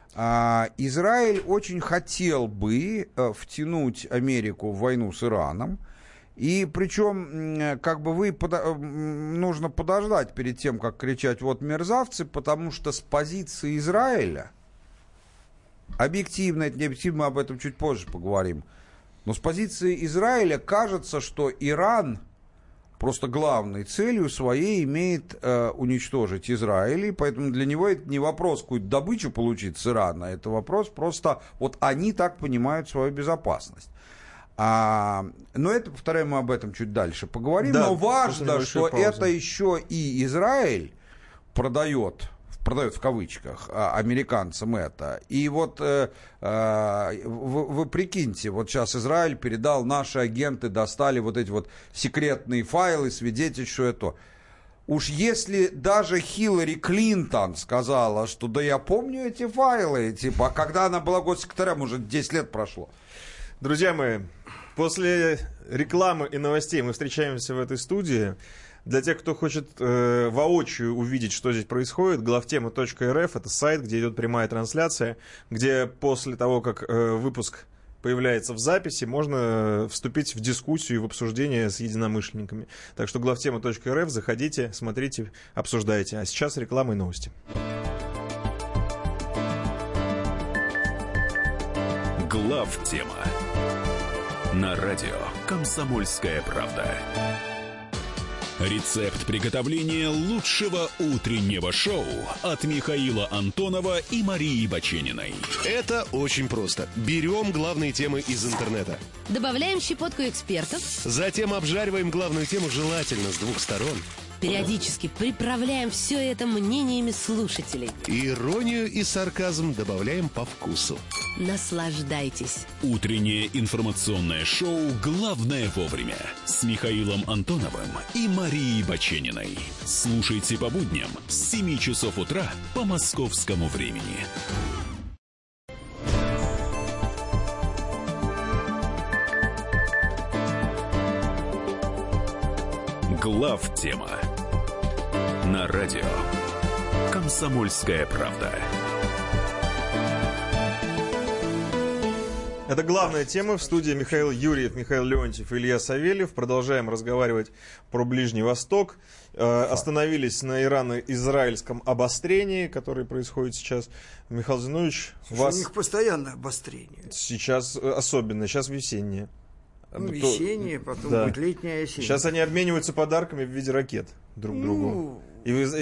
Израиль очень хотел бы втянуть Америку в войну с Ираном, и причем, как бы вы, подо... нужно подождать перед тем, как кричать «вот мерзавцы», потому что с позиции Израиля, объективно, это не объективно, мы об этом чуть позже поговорим, но с позиции Израиля кажется, что Иран просто главной целью своей имеет э, уничтожить Израиль, и поэтому для него это не вопрос какую-то добычу получить с Ирана, это вопрос просто, вот они так понимают свою безопасность. А, но это, повторяю, мы об этом чуть дальше поговорим, да, но важно, что пауза. Это еще и Израиль продает в продает в кавычках американцам это. И вот э, э, вы, вы прикиньте, вот сейчас Израиль передал, наши агенты достали вот эти вот секретные файлы, свидетельствуют это. Уж если даже Хиллари Клинтон сказала, что да я помню эти файлы, типа, а когда она была госсекретарем, уже десять лет прошло. Друзья мои, после рекламы и новостей мы встречаемся в этой студии. Для тех, кто хочет э, воочию увидеть, что здесь происходит, главтема точка эр эф — это сайт, где идет прямая трансляция, где после того, как э, выпуск появляется в записи, можно вступить в дискуссию и в обсуждение с единомышленниками. Так что главтема точка эр эф, заходите, смотрите, обсуждайте. А сейчас реклама и новости. Главтема на радио «Комсомольская правда». Рецепт приготовления лучшего утреннего шоу от Михаила Антонова и Марии Бачениной. Это очень просто. Берем главные темы из интернета. Добавляем щепотку экспертов. Затем обжариваем главную тему желательно с двух сторон. Периодически приправляем все это мнениями слушателей. Иронию и сарказм добавляем по вкусу. Наслаждайтесь. Утреннее информационное шоу «Главное вовремя» с Михаилом Антоновым и Марией Бачениной. Слушайте по будням с семи часов утра по московскому времени. Главтема на радио «Комсомольская правда». Это главная тема. В студии Михаил Юрьев, Михаил Леонтьев и Илья Савельев. Продолжаем разговаривать про Ближний Восток. Э, остановились на ирано-израильском обострении, которое происходит сейчас. Михаил Зинович, Слушай, вас... у них постоянно обострение. Сейчас особенно, сейчас весеннее. Ну, весеннее, потом да. будет летнее, осеннее. Сейчас они обмениваются подарками в виде ракет друг ну... другу. И, вы,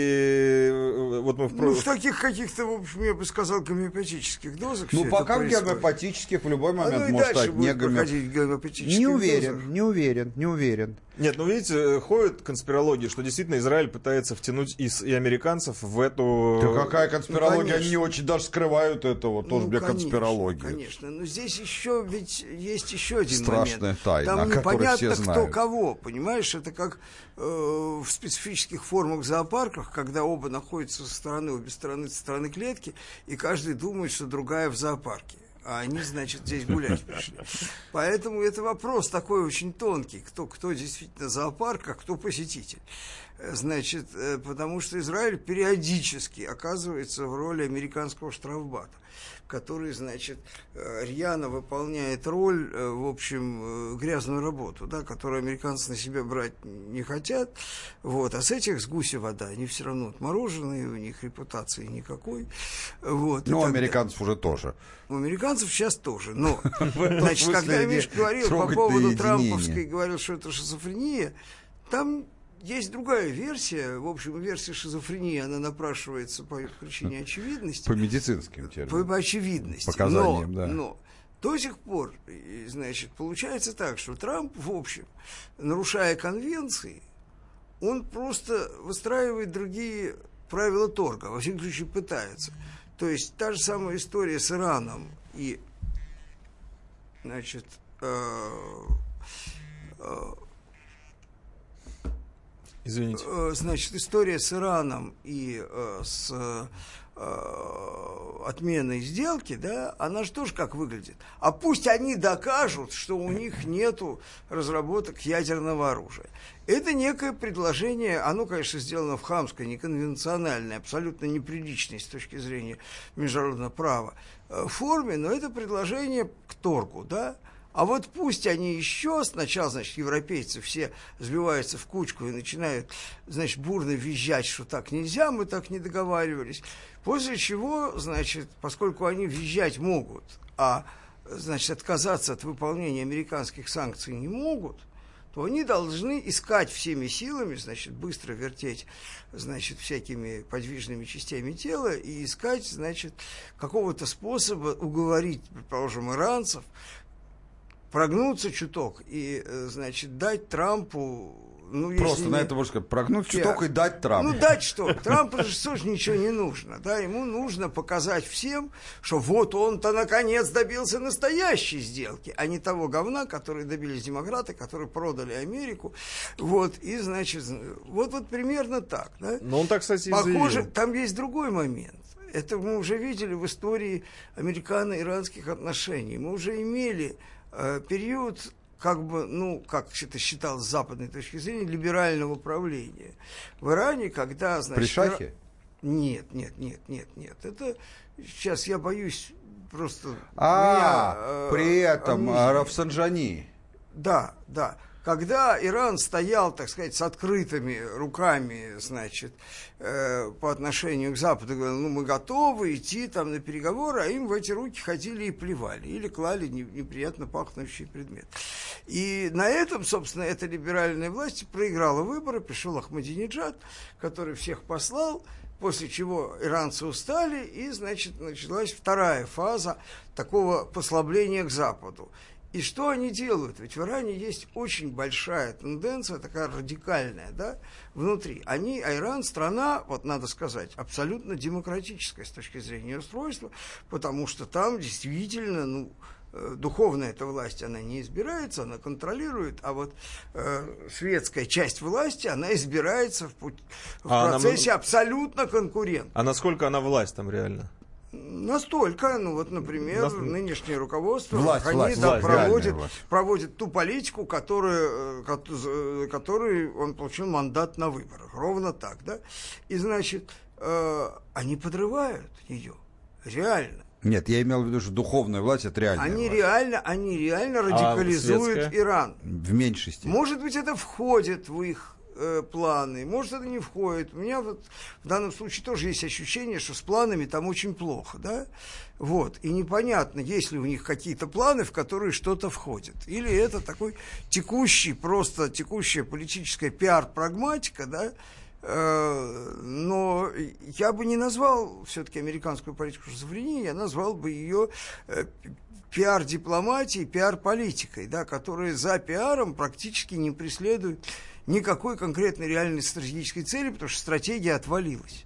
и вот мы в, ну, в таких каких-то, в общем, я бы сказал, гомеопатических дозах. Ну, пока в гомеопатических в любой момент а может стать не гомеопатических. Не уверен, дозах. не уверен, не уверен. Нет, ну видите, ходят конспирологии, что действительно Израиль пытается втянуть и, и американцев в эту... Да какая конспирология? Ну, они очень даже скрывают этого, тоже ну, для конечно, конспирологии. Конечно, но здесь еще ведь есть еще один Страшная момент. тайна, там непонятно, кто знают. кого, понимаешь? Это как э, в специфических формах зоопарках, когда оба находятся со стороны, обе стороны, со стороны клетки, и каждый думает, что другая в зоопарке. А они, значит, здесь гулять пришли. Поэтому это вопрос такой очень тонкий. Кто, кто действительно зоопарк, а кто посетитель. Значит, потому что Израиль периодически оказывается в роли американского штрафбата, который, значит, рьяно выполняет роль, в общем, грязную работу, да, которую американцы на себя брать не хотят. Вот. А с этих с гуся вода. Они все равно отмороженные, у них репутации никакой. Вот. Ну, у американцев уже тоже. У американцев сейчас тоже. Но, значит, когда Миш говорил по поводу трамповской, говорил, что это шизофрения, там... Есть другая версия, в общем, версия шизофрении, она напрашивается по причине очевидности. По медицинским терминам. По очевидности. Показаниям, но, да. Но до сих пор, значит, получается так, что Трамп, в общем, нарушая конвенции, он просто выстраивает другие правила торга, во всяком случае пытается. То есть та же самая история с Ираном и, значит, э, э, Извините. Значит, история с Ираном и э, с э, отменой сделки, да, она же тоже как выглядит. А пусть они докажут, что у них нету разработок ядерного оружия. Это некое предложение, оно, конечно, сделано в хамской, неконвенциональной, абсолютно неприличной с точки зрения международного права э, форме, но это предложение к торгу, да. А вот пусть они еще сначала, значит, европейцы все сбиваются в кучку и начинают, значит, бурно визжать, что так нельзя, мы так не договаривались. После чего, значит, поскольку они визжать могут, а, значит, отказаться от выполнения американских санкций не могут, то они должны искать всеми силами, значит, быстро вертеть, значит, всякими подвижными частями тела и искать, значит, какого-то способа уговорить, предположим, иранцев, прогнуться чуток и, значит, дать Трампу ну, Просто если на не... это можно сказать, прогнуть чуток и дать Трампу. Ну, дать что? Трампу же тоже ничего не нужно. Да? Ему нужно показать всем, что вот он-то наконец добился настоящей сделки, а не того говна, который добились демократы, которые продали Америку. Вот, и, значит, вот, вот примерно так. Да? Но он так, кстати, и Похоже, заявил. там есть другой момент. Это мы уже видели в истории американо-иранских отношений. Мы уже имели э, период, как бы, ну, как это считалось с западной точки зрения, либерального правления. В Иране, когда, значит... При шахе? Нет, нет, нет, нет, нет. Это сейчас я боюсь просто... А, меня, э, при этом амнезия. Рафсанджани. Да, да. Когда Иран стоял, так сказать, с открытыми руками, значит, э, по отношению к Западу, говорил, ну, мы готовы идти там на переговоры, а им в эти руки ходили и плевали, или клали неприятно пахнущий предмет. И на этом, собственно, эта либеральная власть проиграла выборы, пришел Ахмадинеджад, который всех послал, после чего иранцы устали, и, значит, началась вторая фаза такого послабления к Западу. И что они делают? Ведь в Иране есть очень большая тенденция, такая радикальная, да, внутри. Они, а Иран страна, вот надо сказать, абсолютно демократическая с точки зрения устройства, потому что там действительно, ну, духовная эта власть, она не избирается, она контролирует, а вот э, светская часть власти, она избирается в, путь, в а процессе она... абсолютно конкурентна. А насколько она власть там реально? Настолько, ну вот, например, Нас... нынешнее руководство, власть, они власть, да, власть, проводят, власть. проводят ту политику, которую, которую он получил мандат на выборах. Ровно так, да? И, значит, э, они подрывают ее. Реально. Нет, я имел в виду, что духовная власть — это реальная Они власть. реально, они реально радикализуют а Иран. В меньшей степени. Может быть, это входит в их э, планы, может, это не входит. У меня вот в данном случае тоже есть ощущение, что с планами там очень плохо, да? Вот. И непонятно, есть ли у них какие-то планы, в которые что-то входит. Или это такой текущий, просто текущая политическая пиар-прагматика, да? Но я бы не назвал все-таки американскую политику шизофренией, я назвал бы ее пиар-дипломатией, пиар-политикой, да, которая за пиаром практически не преследует никакой конкретной реальной стратегической цели, потому что стратегия отвалилась.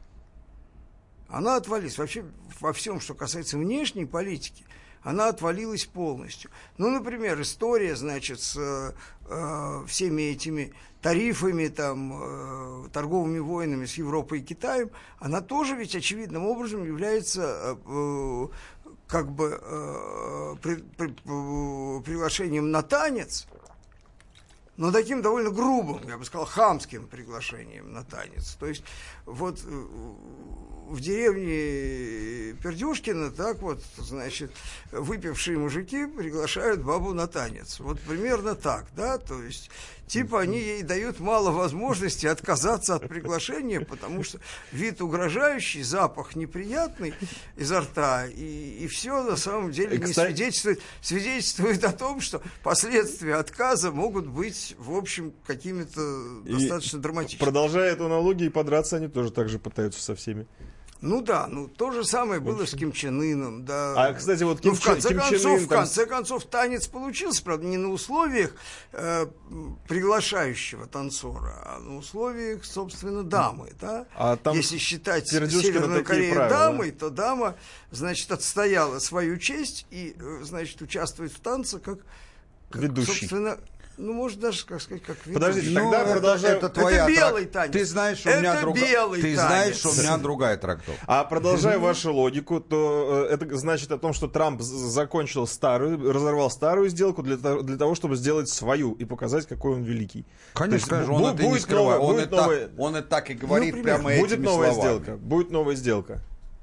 Она отвалилась. Вообще во всем, что касается внешней политики, она отвалилась полностью. Ну, например, история, значит, с э, всеми этими тарифами, там, э, торговыми войнами с Европой и Китаем, она тоже ведь очевидным образом является э, как бы э, при, при, э, приглашением на танец, но таким довольно грубым, я бы сказал, хамским приглашением на танец. То есть вот э, в деревне Пердюшкино так вот, значит, выпившие мужики приглашают бабу на танец. Вот примерно так, да, то есть типа они ей дают мало возможности отказаться от приглашения, потому что вид угрожающий, запах неприятный изо рта, и, и все на самом деле не свидетельствует, свидетельствует о том, что последствия отказа могут быть, в общем, какими-то достаточно драматичными. Продолжая эту аналогию, подраться они тоже так же пытаются со всеми. Ну да, ну то же самое было с Ким Чен Ыном, да. А, кстати, вот Ким, ну, в конце Ким концов, Чен Ын, в конце концов, танец получился, правда, не на условиях э, приглашающего танцора, а на условиях, собственно, дамы, да. А там если считать Северную Корею правила, дамой, да? То дама, значит, отстояла свою честь и, значит, участвует в танце как, как ведущий. Собственно, ну, может, даже, как сказать, как ведущий. Подождите, ну, тогда продолжаем. Это, твоя это белый трак... танец. Ты знаешь, что это у меня другая. белый Ты танец. знаешь, что у меня другая трактовка. А продолжая вашу логику, то э, это значит о том, что Трамп закончил старую, разорвал старую сделку для, для того, чтобы сделать свою и показать, какой он великий. Конечно, конечно, он будет, это не скрывает. Новая, он, будет это, новая... он это так и говорит, ну, прямо будет этими новая словами. Сделка. Будет новая сделка.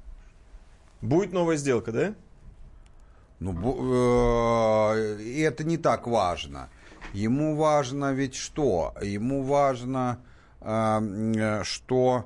Будет новая сделка, да? Ну, э, это не так важно. Ему важно ведь что? Ему важно, э, что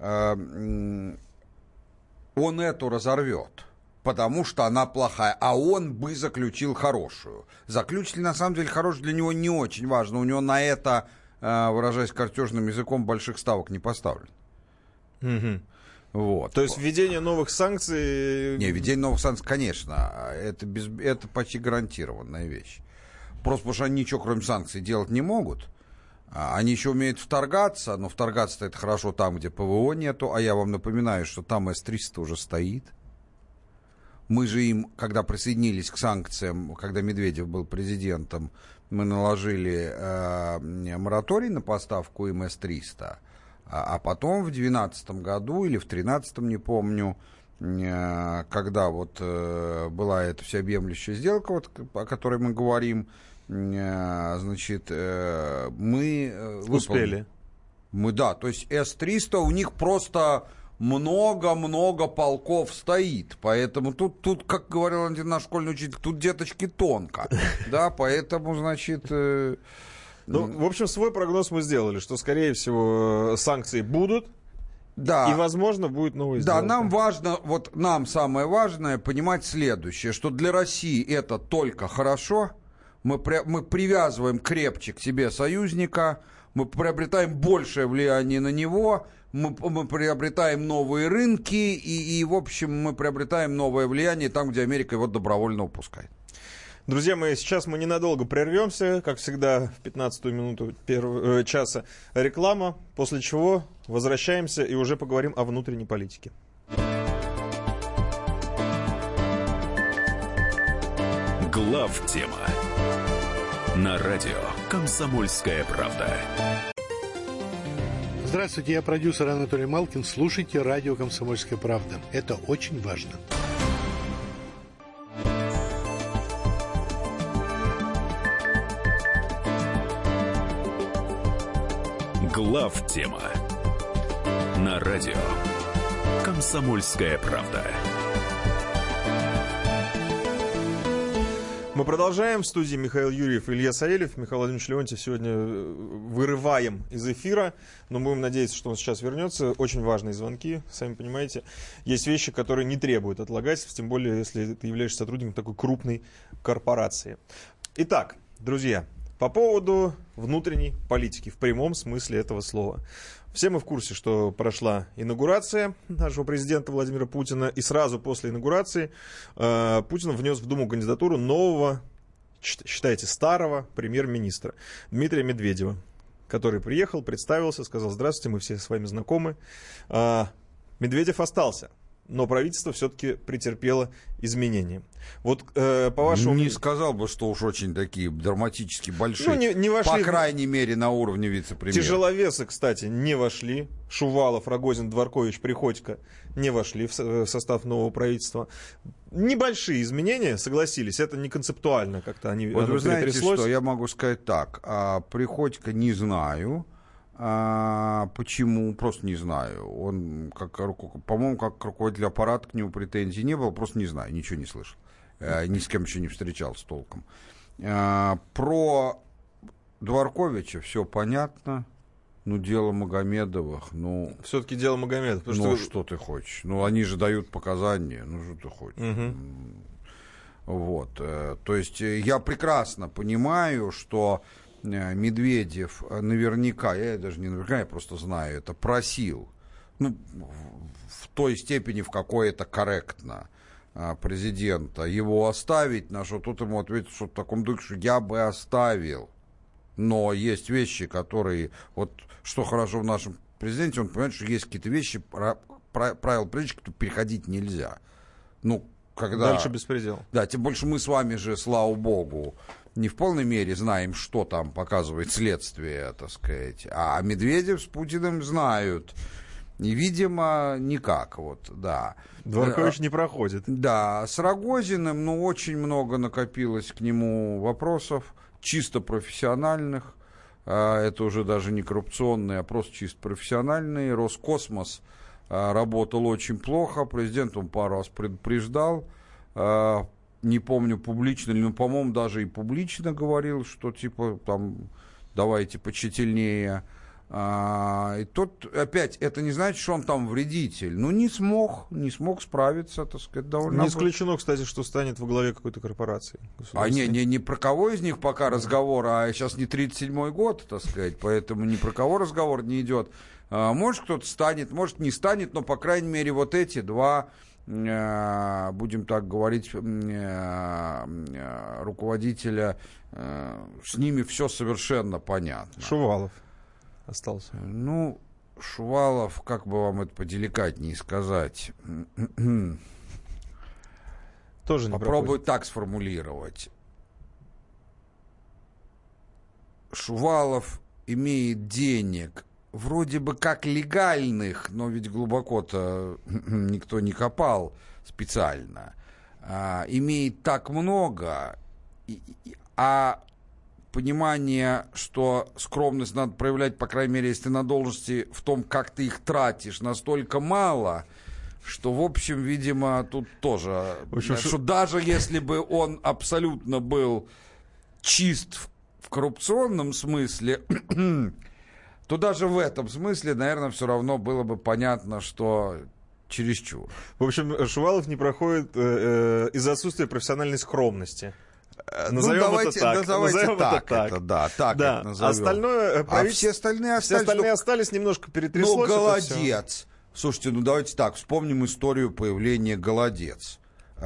э, он эту разорвет, потому что она плохая, а он бы заключил хорошую. Заключить ли на самом деле хорошую для него не очень важно. У него на это, э, выражаясь картежным языком, больших ставок не поставлено. Угу. Вот. То есть введение новых санкций... Не, введение новых санкций, конечно, это, без, это почти гарантированная вещь. Просто потому что они ничего, кроме санкций, делать не могут. Они еще умеют вторгаться, но вторгаться-то это хорошо там, где ПВО нету, а я вам напоминаю, что там эс триста уже стоит. Мы же им, когда присоединились к санкциям, когда Медведев был президентом, мы наложили э, мораторий на поставку им эс триста, а, а потом в две тысячи двенадцатом году или в две тысячи тринадцатом, не помню, э, когда вот э, была эта всеобъемлющая сделка, вот, о которой мы говорим, значит, мы успели. Мы, да, то есть эс триста у них просто много-много полков стоит, поэтому тут, тут, как говорил один наш школьный учитель, тут деточки тонко, да, поэтому, значит... Ну, в общем, свой прогноз мы сделали, что, скорее всего, санкции будут, да. И, возможно, будет новая сделка. Да, нам важно, вот нам самое важное понимать следующее, что для России это только хорошо. Мы, при, мы привязываем крепче к себе союзника, мы приобретаем большее влияние на него, мы, мы приобретаем новые рынки, и, и, в общем, мы приобретаем новое влияние там, где Америка его добровольно упускает. Друзья мои, сейчас мы ненадолго прервемся, как всегда, в пятнадцатую минуту первого э, часа реклама, после чего возвращаемся и уже поговорим о внутренней политике. Главтема на радио «Комсомольская правда». Здравствуйте, я продюсер Анатолий Малкин. Слушайте радио «Комсомольская правда». Это очень важно. Главтема на радио «Комсомольская правда». Мы продолжаем. В студии Михаил Юрьев и Илья Савельев. Михаил Владимирович Леонтьев сегодня вырываем из эфира, но будем надеяться, что он сейчас вернется. Очень важные звонки, сами понимаете. Есть вещи, которые не требуют отлагательств, тем более, если ты являешься сотрудником такой крупной корпорации. Итак, друзья, по поводу внутренней политики, в прямом смысле этого слова. Все мы в курсе, что прошла инаугурация нашего президента Владимира Путина, и сразу после инаугурации э, Путин внес в Думу кандидатуру нового, считайте, старого премьер-министра Дмитрия Медведева, который приехал, представился, сказал: здравствуйте, мы все с вами знакомы. Э, Медведев остался, но правительство все-таки претерпело изменения. Вот э, по вашему... Не сказал бы, что уж очень такие драматически большие. Ну, не, не вошли... По крайней мере, на уровне вице-премьера. Тяжеловесы, кстати, не вошли. Шувалов, Рогозин, Дворкович, Приходько не вошли в состав нового правительства. Небольшие изменения, согласились, это не концептуально как-то они вот вы знаете, перетряслось. Что я могу сказать так. А, Приходько не знаю. А, почему? Просто не знаю. Он, как, по-моему, как руководитель аппарата к нему претензий не было, просто не знаю, ничего не слышал. А, ни с кем еще не встречался толком. А, про Дворковича все понятно. Ну, дело Магомедовых, ну... Все-таки дело Магомедовых. Ну, что... что ты хочешь? Ну, они же дают показания. Ну, что ты хочешь? Угу. Вот. То есть я прекрасно понимаю, что Медведев наверняка, я даже не наверняка, я просто знаю, это просил, ну, в той степени, в какой это корректно, президента, его оставить, на что тут ему ответил, что в таком духе, что я бы оставил. Но есть вещи, которые, вот что хорошо в нашем президенте, он понимает, что есть какие-то вещи, правила приличия, которые переходить нельзя. Ну, когда... Дальше беспредел. Да, тем больше мы с вами же, слава богу, не в полной мере знаем, что там показывает следствие, так сказать. А Медведев с Путиным знают. И, видимо, никак, вот, да. Дворкович не проходит. Да, с Рогозиным, ну, очень много накопилось к нему вопросов, чисто профессиональных. Это уже даже не коррупционные, а просто чисто профессиональные. Роскосмос работал очень плохо. Президент он пару раз предупреждал. Не помню, публично ли, но, по-моему, даже и публично говорил, что, типа, там, давайте почтительнее. А, и тот, опять, это не значит, что он там вредитель. Ну, не смог, не смог справиться, так сказать, довольно... Не исключено, кстати, что станет во главе какой-то корпорации. А не, не, не про кого из них пока разговор, а сейчас не тридцать седьмой год, так сказать, поэтому ни про кого разговор не идет. А, может, кто-то станет, может, не станет, но, по крайней мере, вот эти два... будем так говорить, руководителя, с ними все совершенно понятно. Шувалов. остался? Ну, Шувалов, как бы вам это поделикатнее сказать... Тоже не Попробую проходит. так сформулировать. Шувалов имеет денег, вроде бы как легальных, но ведь глубоко-то никто не копал специально. А, имеет так много, а понимание, что скромность надо проявлять, по крайней мере, если ты на должности, в том, как ты их тратишь, настолько мало, что, в общем, видимо, тут тоже, в общем, что, что даже если бы он абсолютно был чист в, в коррупционном смысле, то даже в этом смысле, наверное, все равно было бы понятно, что чересчур. В общем, Шувалов не проходит э, э, из-за отсутствия профессиональной скромности. Назовем ну, давайте, это так. Назовем это так. так. Это, да, так да. это назовем. Остальное, а все остальные остались, все остальные ну, остались немножко перетряслось. Ну, голодец. Слушайте, ну давайте так, вспомним историю появления «Голодец».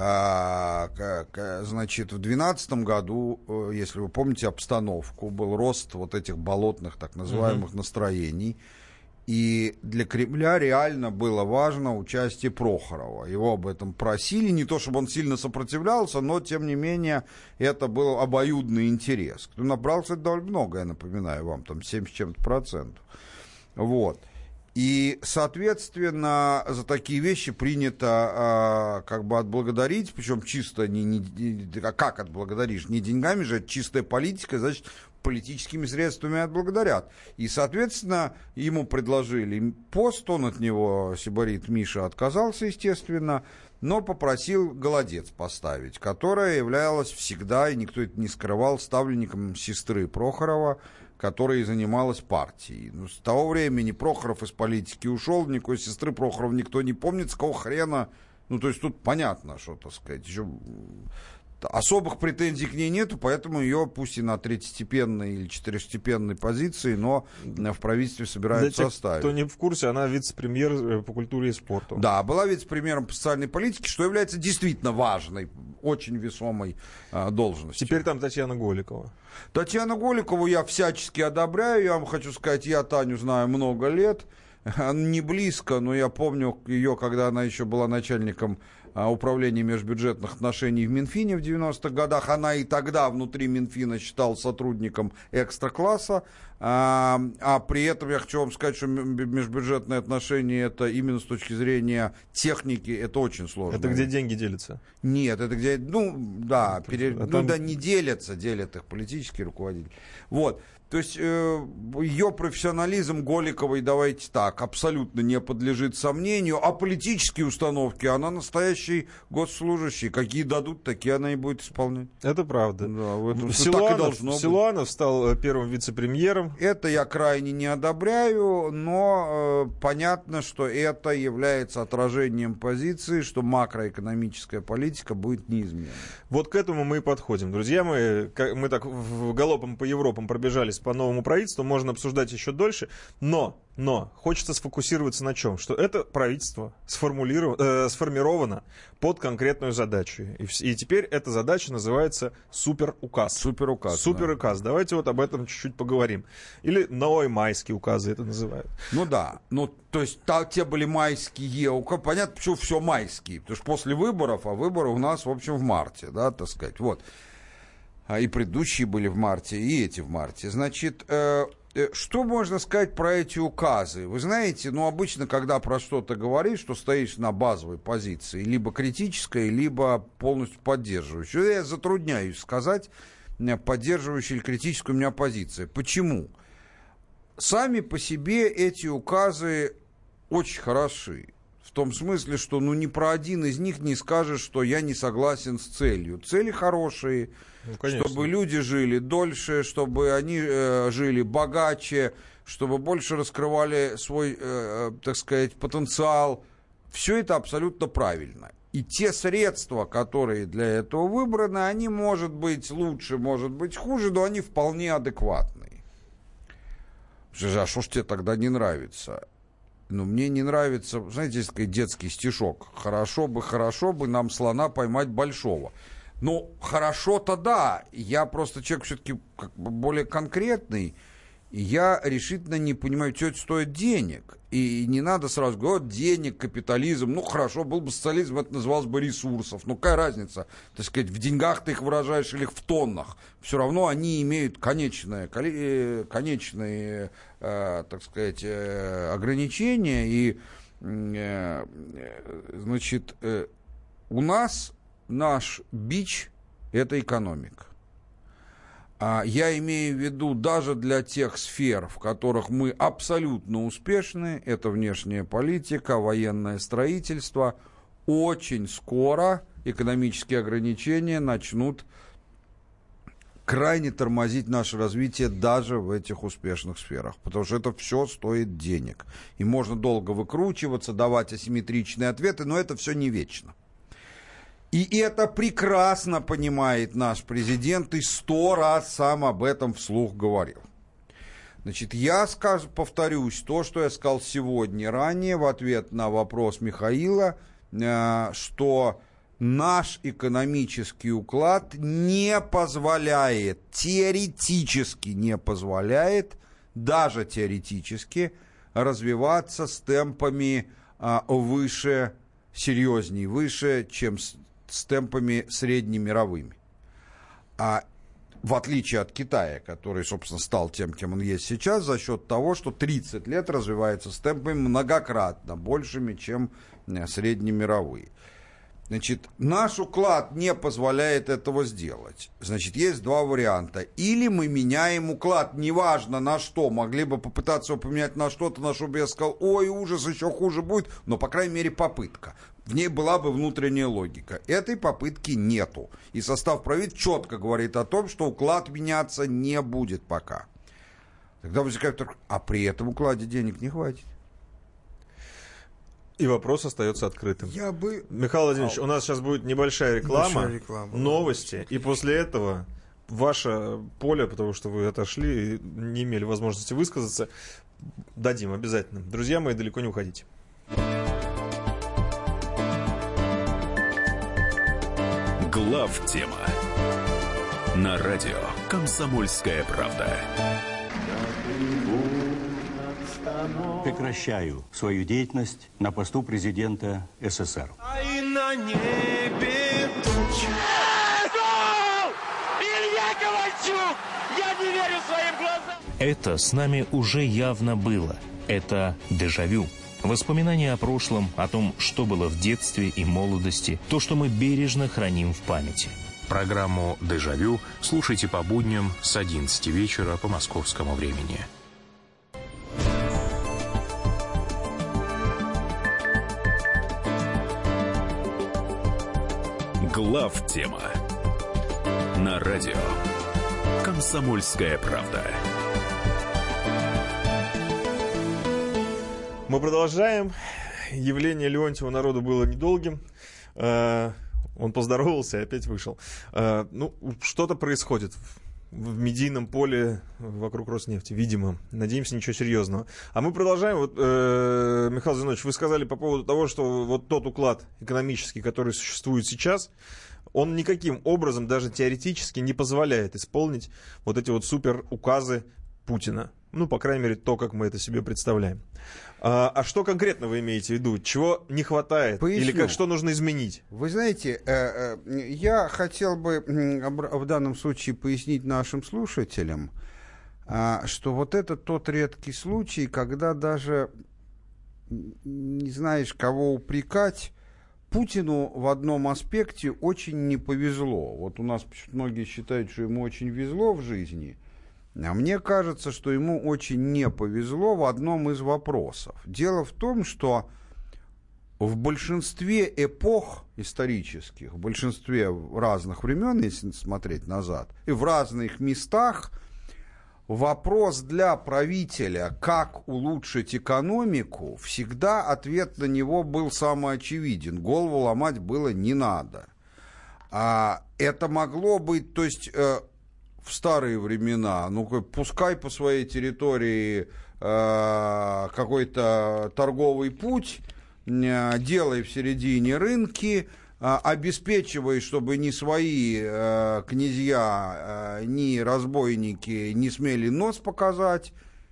А, как, значит, в двенадцатом году, если вы помните обстановку, был рост вот этих болотных так называемых угу. настроений. И для Кремля реально было важно участие Прохорова. Его об этом просили. Не то, чтобы он сильно сопротивлялся, но, тем не менее, это был обоюдный интерес. Кто набрал, кстати, довольно много, я напоминаю вам, там семь с чем-то процентов. Вот. И, соответственно, за такие вещи принято а, как бы отблагодарить, причем чисто, не, не, не, а как отблагодаришь? Не деньгами же, это чистая политика, значит, политическими средствами отблагодарят. И, соответственно, ему предложили пост, он от него, сибарит Миша, отказался, естественно, но попросил «Голодец» поставить, которая являлась всегда, и никто это не скрывал, ставленником сестры Прохорова, которая занималась партией. Ну, с того времени Прохоров из политики ушел, никакой сестры Прохорова никто не помнит, с какого хрена. Ну, то есть тут понятно, что, так сказать, еще особых претензий к ней нету, поэтому ее пусть и на третьестепенной или четырехстепенной позиции, но в правительстве собираются оставить. Кто не в курсе, она вице-премьер по культуре и спорту. Да, была вице-премьером по социальной политике, что является действительно важной, очень весомой а, должностью. Теперь там Татьяна Голикова. Татьяну Голикову я всячески одобряю, я вам хочу сказать, я Таню знаю много лет, не близко, но я помню ее, когда она еще была начальником управления межбюджетных отношений в Минфине в девяностых годах. Она и тогда внутри Минфина считалась сотрудником экстра-класса. А, а при этом я хочу вам сказать, что межбюджетные отношения, это именно с точки зрения техники, это очень сложно. Это где деньги делятся? Нет, это где, ну, да, пере, а ну, там... да, не делятся, делят их политические руководители. Вот. То есть э, ее профессионализм Голиковой, давайте так, абсолютно не подлежит сомнению. А политические установки, она настоящий госслужащий. Какие дадут, такие она и будет исполнять. Это правда. Да, в этом, Силуанов, так и должно быть. Силуанов стал первым вице-премьером. Это я крайне не одобряю, но э, понятно, что это является отражением позиции, что макроэкономическая политика будет неизменна. Вот к этому мы и подходим. Друзья, мы, мы так галопом по Европам пробежались по новому правительству, можно обсуждать еще дольше, но, но хочется сфокусироваться на чем? Что это правительство сформулировано, э, сформировано под конкретную задачу. И, и теперь эта задача называется суперуказ. Суперуказ. Суперуказ. Да. Давайте вот об этом чуть-чуть поговорим. Или новомайские указы это называют. Ну да, ну то есть та, те были майские указы. Понятно, почему все майские. Потому что после выборов, а выборы у нас, в общем, в марте, да, так сказать, вот. И предыдущие были в марте, и эти в марте. Значит, э, э, что можно сказать про эти указы? Вы знаете, ну, обычно, когда про что-то говоришь, что стоишь на базовой позиции, либо критической, либо полностью поддерживающей. Я затрудняюсь сказать, поддерживающая или критическая у меня позиция. Почему? Сами по себе эти указы очень хороши. В том смысле, что ну, ни про один из них не скажешь, что я не согласен с целью. Цели хорошие. Ну, чтобы люди жили дольше, чтобы они э, жили богаче, чтобы больше раскрывали свой, э, так сказать, потенциал. Все это абсолютно правильно. И те средства, которые для этого выбраны, они, может быть, лучше, может быть, хуже, но они вполне адекватные. А что ж тебе тогда не нравится? Ну, мне не нравится, знаете, есть такой детский стишок. Хорошо бы, хорошо бы нам слона поймать большого. Ну, хорошо-то да, я просто человек все-таки как бы более конкретный, И я решительно не понимаю, что это стоит денег. И не надо сразу говорить, вот денег, капитализм. Ну, хорошо, был бы социализм, это называлось бы ресурсов. Ну, какая разница, так сказать, в деньгах ты их выражаешь или в тоннах. Все равно они имеют конечное, конечные, э, так сказать, э, ограничения. И, э, значит, э, у нас наш бич – это экономика. Я имею в виду даже для тех сфер, в которых мы абсолютно успешны, это внешняя политика, военное строительство, очень скоро экономические ограничения начнут крайне тормозить наше развитие даже в этих успешных сферах, потому что это все стоит денег. И можно долго выкручиваться, давать асимметричные ответы, но это все не вечно. И это прекрасно понимает наш президент и сто раз сам об этом вслух говорил. Значит, я скажу, повторюсь, то, что я сказал сегодня ранее в ответ на вопрос Михаила, э, что наш экономический уклад не позволяет, теоретически не позволяет, даже теоретически, развиваться с темпами э, выше, серьезнее, выше, чем с с темпами среднемировыми. А в отличие от Китая, который, собственно, стал тем, кем он есть сейчас, за счет того, что тридцать лет развивается с темпами многократно большими, чем среднемировые. Значит, наш уклад не позволяет этого сделать. Значит, есть два варианта. Или мы меняем уклад, неважно на что. Могли бы попытаться его поменять на что-то, на что бы я сказал, ой, ужас, еще хуже будет. Но, по крайней мере, попытка. В ней была бы внутренняя логика. Этой попытки нету. И состав правительства четко говорит о том, что уклад меняться не будет пока. Тогда возникает, а при этом укладе денег не хватит. И вопрос остается открытым. Я бы... Михаил Владимирович, у нас сейчас будет небольшая реклама, Небольшая реклама, новости, и после этого ваше поле, потому что вы отошли и не имели возможности высказаться, дадим обязательно. Друзья мои, далеко не уходите. Главтема на радио «Комсомольская правда». Прекращаю свою деятельность на посту президента СССР. А и на небе тучи. Илья Ковальчук! Я не верю своим глазам! Это с нами уже явно было. Это дежавю. Воспоминания о прошлом, о том, что было в детстве и молодости, то, что мы бережно храним в памяти. Программу «Дежавю» слушайте по будням с одиннадцати вечера по московскому времени. Главтема на радио «Комсомольская правда». Мы продолжаем. Явление Леонтьева народу было недолгим. Он поздоровался и опять вышел. Ну, что-то происходит в медийном поле вокруг Роснефти, видимо. Надеемся, ничего серьезного. А мы продолжаем. Вот, э, Михаил Зинович, вы сказали по поводу того, что вот тот уклад экономический, который существует сейчас, он никаким образом, даже теоретически, не позволяет исполнить вот эти вот супер указы Путина. Ну, по крайней мере, то, как мы это себе представляем. А, а что конкретно вы имеете в виду? Чего не хватает? Поясню. Или как, что нужно изменить? Вы знаете, э, э, я хотел бы э, в данном случае пояснить нашим слушателям, э, что вот это тот редкий случай, когда даже не знаешь, кого упрекать. Путину в одном аспекте очень не повезло. Вот у нас многие считают, что ему очень везло в жизни. А мне кажется, что ему очень не повезло в одном из вопросов. Дело в том, что в большинстве эпох исторических, в большинстве разных времен, если смотреть назад, и в разных местах, вопрос для правителя, как улучшить экономику, всегда ответ на него был самоочевиден. Голову ломать было не надо. А это могло быть, то есть... в старые времена, ну, пускай по своей территории э, какой-то торговый путь, э, делай в середине рынки, обеспечивая, чтобы ни свои э, князья, э, ни разбойники не смели нос показать,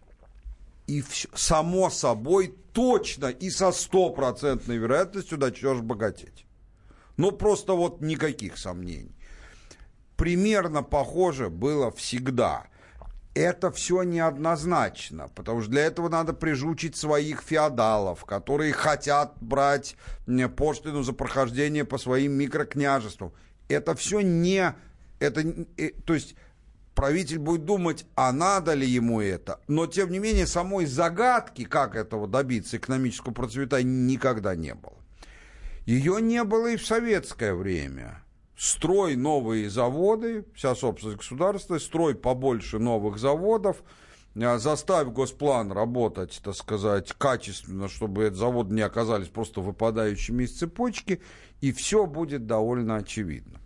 и все, само собой, точно и со стопроцентной вероятностью начнешь богатеть. Ну, просто вот никаких сомнений. Примерно похоже было всегда. Это все неоднозначно, потому что для этого надо прижучить своих феодалов, которые хотят брать пошлину за прохождение по своим микрокняжествам. Это все не... Это, то есть правитель будет думать, а надо ли ему это. Но, тем не менее, самой загадки, как этого добиться, экономического процветания, никогда не было. Ее не было и в советское время. Строй новые заводы, вся собственность государства, строй побольше новых заводов, заставь Госплан работать, так сказать, качественно, чтобы эти заводы не оказались просто выпадающими из цепочки, и все будет довольно очевидно.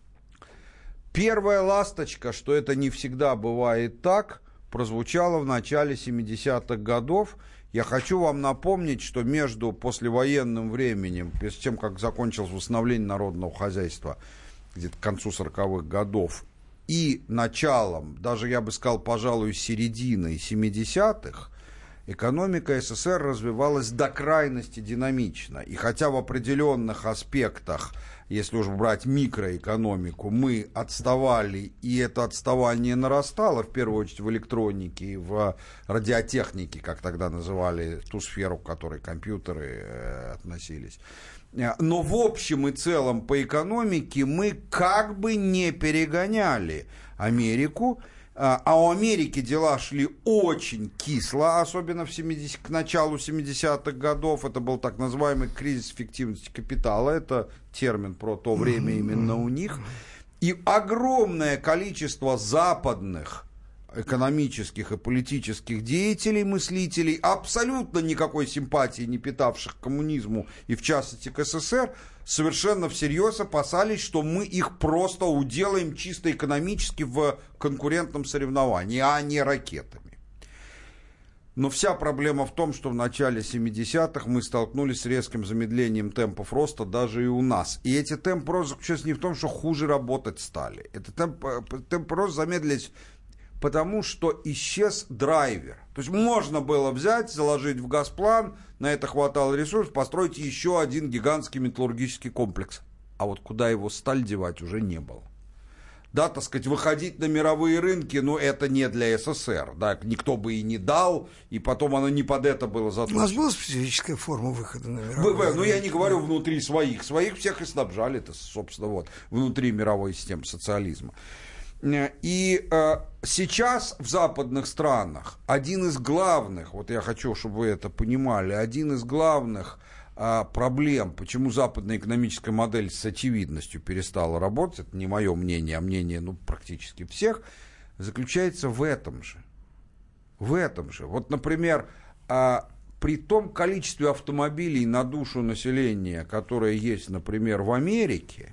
Первая ласточка, что это не всегда бывает так, прозвучала в начале семидесятых годов. Я хочу вам напомнить, что между послевоенным временем, перед тем, как закончилось восстановление народного хозяйства, где-то к концу сороковых годов, и началом, даже я бы сказал, пожалуй, серединой семидесятых, экономика СССР развивалась до крайности динамично. И хотя в определенных аспектах, если уж брать микроэкономику, мы отставали, и это отставание нарастало, в первую очередь в электронике и в радиотехнике, как тогда называли ту сферу, к которой компьютеры э, относились. Но в общем и целом по экономике мы как бы не перегоняли Америку, а у Америки дела шли очень кисло, особенно в семидесятых, к началу семидесятых годов. Это был так называемый кризис эффективности капитала, это термин про то время именно у них. И огромное количество западных экономических и политических деятелей, мыслителей, абсолютно никакой симпатии не питавших к коммунизму и в частности к СССР, совершенно всерьез опасались, что мы их просто уделаем чисто экономически в конкурентном соревновании, а не ракетами. Но вся проблема в том, что в начале семидесятых мы столкнулись с резким замедлением темпов роста даже и у нас. И эти темпы роста заключаются не в том, что хуже работать стали. Это темп, темпы роста замедлились потому что исчез драйвер. То есть можно было взять, заложить в Госплан, на это хватало ресурсов, построить еще один гигантский металлургический комплекс. А вот куда его сталь девать уже не было. Да, так сказать, выходить на мировые рынки, ну, это не для СССР. Да, никто бы и не дал, и потом оно не под это было заточено. У нас была специфическая форма выхода на мировые рынки. Ну, я не говорю внутри своих. Своих всех и снабжали-то, собственно, вот, внутри мировой системы социализма. И э, сейчас в западных странах один из главных, вот я хочу, чтобы вы это понимали, один из главных э, проблем, почему западная экономическая модель с очевидностью перестала работать, это не мое мнение, а мнение ну, практически всех, заключается в этом же. В этом же. Вот, например, э, при том количестве автомобилей на душу населения, которое есть, например, в Америке,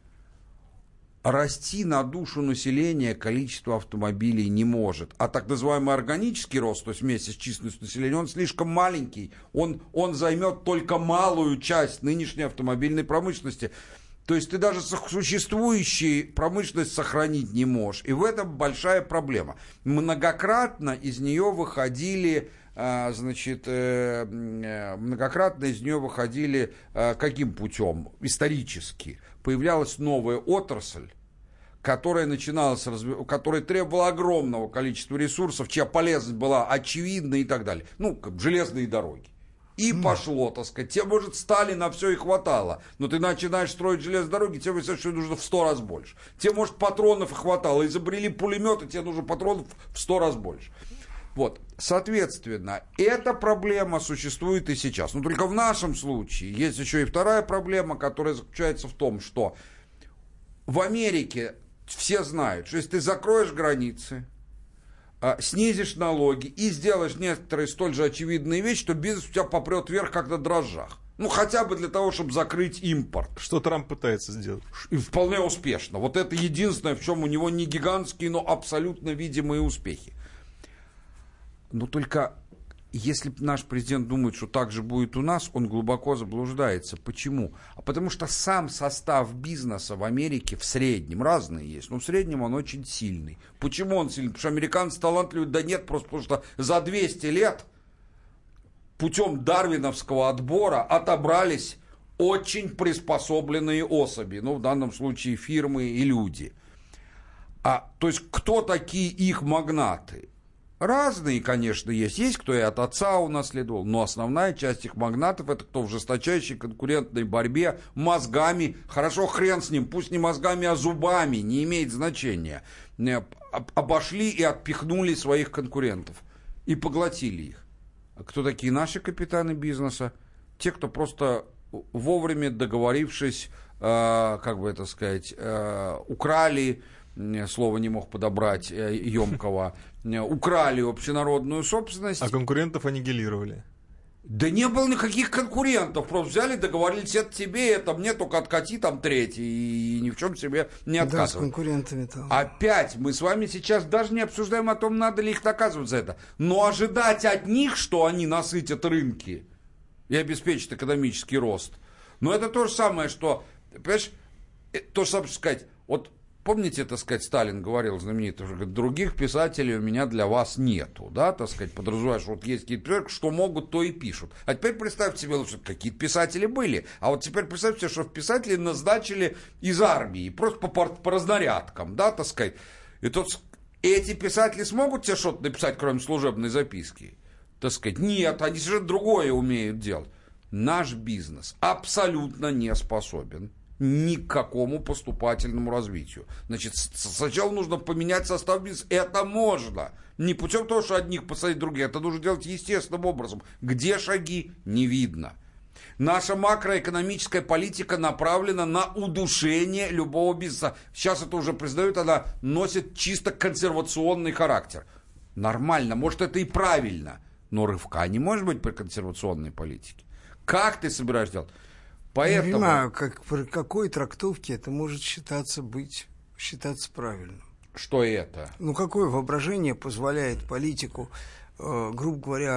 расти на душу населения количество автомобилей не может. А так называемый органический рост, то есть вместе с численностью населения, он слишком маленький. Он, он займет только малую часть нынешней автомобильной промышленности. То есть ты даже существующую промышленность сохранить не можешь. И в этом большая проблема. Многократно из нее выходили... Значит, многократно из нее выходили каким путем? Исторически. Появлялась новая отрасль, которая начиналась, которая требовала огромного количества ресурсов, чья полезность была очевидна и так далее. Ну, как железные дороги. И пошло, так сказать. Тебе, может, стали на все и хватало. Но ты начинаешь строить железные дороги, тебе выясняется, что нужно в сто раз больше. Тебе, может, патронов и хватало. Изобрели пулеметы, тебе нужно патронов в сто раз больше. Вот, соответственно, эта проблема существует и сейчас. Но только в нашем случае есть еще и вторая проблема, которая заключается в том, что в Америке все знают, что если ты закроешь границы, снизишь налоги и сделаешь некоторые столь же очевидные вещи, то бизнес у тебя попрет вверх, как на дрожжах. Ну, хотя бы для того, чтобы закрыть импорт. Что Трамп пытается сделать. И вполне успешно. Вот это единственное, в чем у него не гигантские, но абсолютно видимые успехи. Но только если наш президент думает, что так же будет у нас, он глубоко заблуждается. Почему? А потому что сам состав бизнеса в Америке в среднем, разные есть, но в среднем он очень сильный. Почему он сильный? Потому что американцы талантливые? Да нет, просто потому что за двести лет путем дарвиновского отбора отобрались очень приспособленные особи, ну, в данном случае фирмы и люди. А, то есть, кто такие их магнаты? Разные, конечно, есть. Есть, кто и от отца унаследовал, но основная часть их магнатов — это кто в жесточайшей конкурентной борьбе мозгами, хорошо, хрен с ним, пусть не мозгами, а зубами, не имеет значения, обошли и отпихнули своих конкурентов и поглотили их. А кто такие наши капитаны бизнеса? Те, кто просто вовремя договорившись, э, как бы это сказать, э, украли, слово не мог подобрать емкого, украли общенародную собственность. А конкурентов аннигилировали. Да не было никаких конкурентов, просто взяли, договорились, это тебе, это мне, только откати там третий, и ни в чем себе не отказывай. Да, с конкурентами там. Опять, мы с вами сейчас даже не обсуждаем о том, надо ли их наказывать за это, но ожидать от них, что они насытят рынки и обеспечат экономический рост, но это то же самое, что, понимаешь, то же самое, что сказать, вот помните, так сказать, Сталин говорил знаменитый, что других писателей у меня для вас нету, да, так сказать, подразумевая, что вот есть какие-то писатели, что могут, то и пишут. А теперь представьте себе, что какие-то писатели были, а вот теперь представьте себе, что писатели назначили из армии, просто по, по разнарядкам, да, так сказать. И тут эти писатели смогут тебе что-то написать, кроме служебной записки? Так сказать, нет, они совершенно другое умеют делать. Наш бизнес абсолютно не способен ни к какому поступательному развитию. Значит, сначала нужно поменять состав бизнеса. Это можно. Не путем того, что одних посадить других. Это нужно делать естественным образом. Где шаги, не видно. Наша макроэкономическая политика направлена на удушение любого бизнеса. Сейчас это уже признают, она носит чисто консервационный характер. Нормально, может, это и правильно. Но рывка не может быть при консервационной политике. Как ты собираешься делать? Поэтому... Не понимаю, как, при какой трактовке это может считаться быть, считаться правильным. Что это? Ну, какое воображение позволяет политику, э, грубо говоря,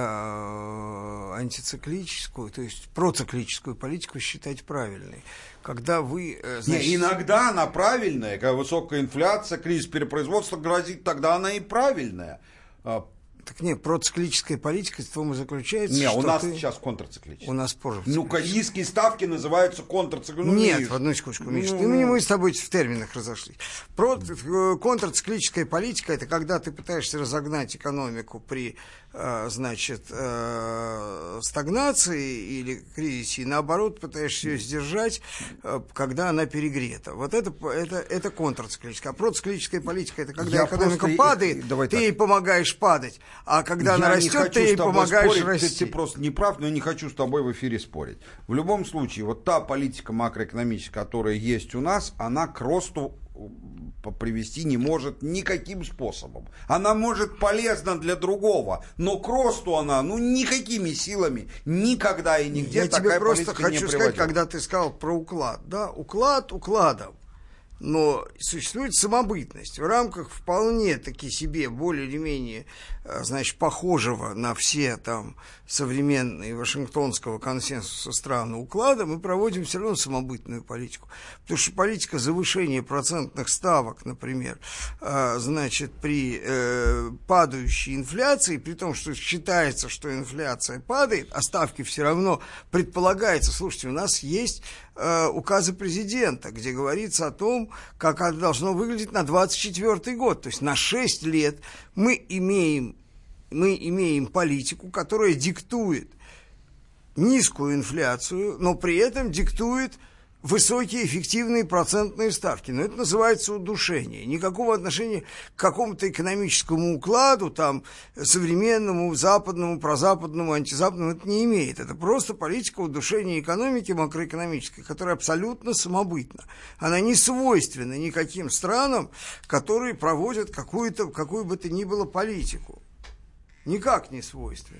э, антициклическую, то есть проциклическую политику считать правильной? Когда вы... Э, значит... Не, иногда она правильная, когда высокая инфляция, кризис перепроизводства грозит, тогда она и правильная. Так нет, проциклическая политика в том и заключается, не, что у нас ты... сейчас контрциклическая. У нас позже. Ну-ка, низкие ставки называются контрциклическими. Ну, нет, в одну секундочку, Миша, ну, ты, мы с тобой в терминах разошлись. Про... Контрциклическая политика — это когда ты пытаешься разогнать экономику при, значит, стагнации или кризисе, и наоборот пытаешься ее сдержать, когда она перегрета. Вот это, это, это контрциклическая. А проциклическая политика — это когда Я экономика просто... падает, Давай ты так. ей помогаешь падать. А когда я она растет, ты ей помогаешь спорить, расти. Ты, ты просто не прав, но я не хочу с тобой в эфире спорить. В любом случае, вот та политика макроэкономическая, которая есть у нас, она к росту привести не может никаким способом. Она может полезна для другого, но к росту она, ну, никакими силами никогда и нигде я такая политика не приводила. Я тебе просто хочу сказать, приводила. когда ты сказал про уклад, да, уклад укладом. Но существует самобытность в рамках вполне-таки себе более или менее, значит, похожего на все там современные Вашингтонского консенсуса страны уклада, мы проводим все равно самобытную политику. Потому что политика завышения процентных ставок, например, значит, при падающей инфляции, при том, что считается, что инфляция падает, а ставки все равно предполагается. Слушайте, у нас есть указы президента, где говорится о том, как это должно выглядеть на двадцать четвёртый год. То есть на шесть лет мы имеем, мы имеем политику, которая диктует низкую инфляцию, но при этом диктует высокие эффективные процентные ставки. Но это называется удушение. Никакого отношения к какому-то экономическому укладу, там, современному, западному, прозападному, антизападному, это не имеет. Это просто политика удушения экономики макроэкономической, которая абсолютно самобытна. Она не свойственна никаким странам, которые проводят какую-то, какую бы то ни было политику. Никак не свойственна.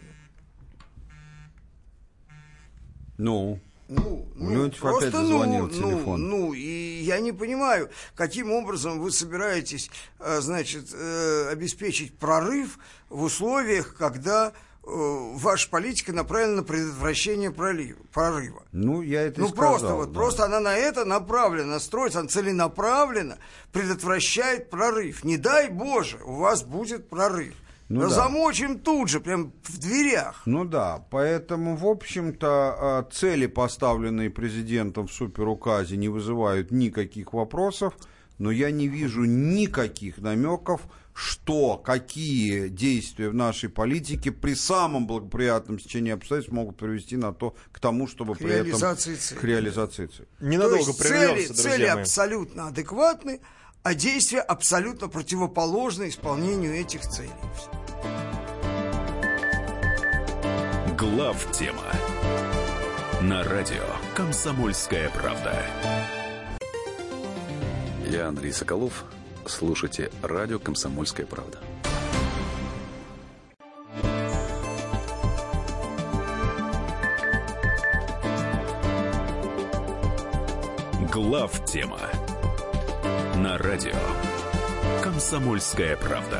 Ну... Ну, ну просто ну, ну, ну, и я не понимаю, каким образом вы собираетесь, значит, обеспечить прорыв в условиях, когда ваша политика направлена на предотвращение пролива, прорыва. Ну, я это Ну, и сказал, просто вот, да. просто она на это направлена, строится, она целенаправленно предотвращает прорыв. Не дай Боже, у вас будет прорыв. Ну, да да. замочим тут же, прям в дверях. Ну да, поэтому, в общем-то, цели, поставленные президентом в суперуказе, не вызывают никаких вопросов, но я не вижу никаких намеков, что какие действия в нашей политике при самом благоприятном стечении обстоятельств могут привести на то, к тому, чтобы К при этом... реализации цели. К реализации цели. Ненадолго То есть прервемся, цели, друзья цели мои. абсолютно адекватны, а действия абсолютно противоположны исполнению этих целей. Глав тема на радио «Комсомольская правда». Я Андрей Соколов. Слушайте радио «Комсомольская правда». Глав тема на радио «Комсомольская правда».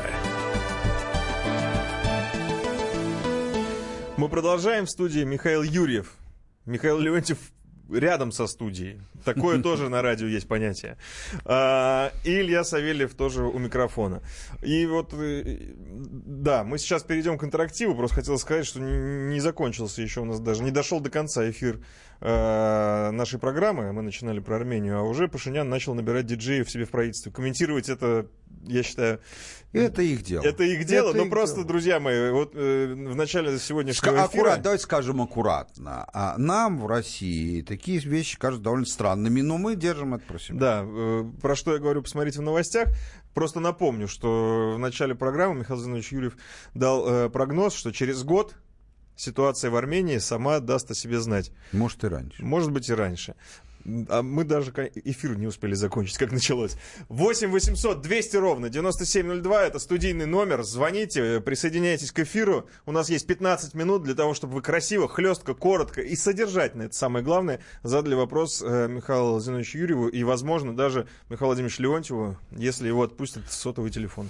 Мы продолжаем. В студии Михаил Юрьев. Михаил Леонтьев рядом со студией. Такое тоже на радио есть понятие. А, и Илья Савельев тоже у микрофона. И вот, да, мы сейчас перейдем к интерактиву. Просто хотел сказать, что не закончился еще у нас, даже не дошел до конца эфир э, нашей программы. Мы начинали про Армению, а уже Пашинян начал набирать диджеев себе в правительстве. Комментировать это, я считаю... Это их дело. Это их дело, это но их просто, дело. Друзья мои, вот э, в начале сегодняшнего эфира... Аккурат, давайте скажем аккуратно. А нам в России такие вещи кажутся довольно странными, но мы держим это про себя. Да, э, про что я говорю, посмотрите в новостях. Просто напомню, что в начале программы Михаил Зинович Юрьев дал э, прогноз, что через год ситуация в Армении сама даст о себе знать. Может и раньше. Может быть и раньше. А мы даже эфир не успели закончить, как началось. восемь восемьсот двести ровно девяносто семь ноль два, это студийный номер. Звоните, присоединяйтесь к эфиру. У нас есть пятнадцать минут для того, чтобы вы красиво, хлестко, коротко и содержательно, это самое главное, задали вопрос э, Михаилу Зиновичу Юрьеву и, возможно, даже Михаилу Владимировичу Леонтьеву, если его отпустят в сотовый телефон.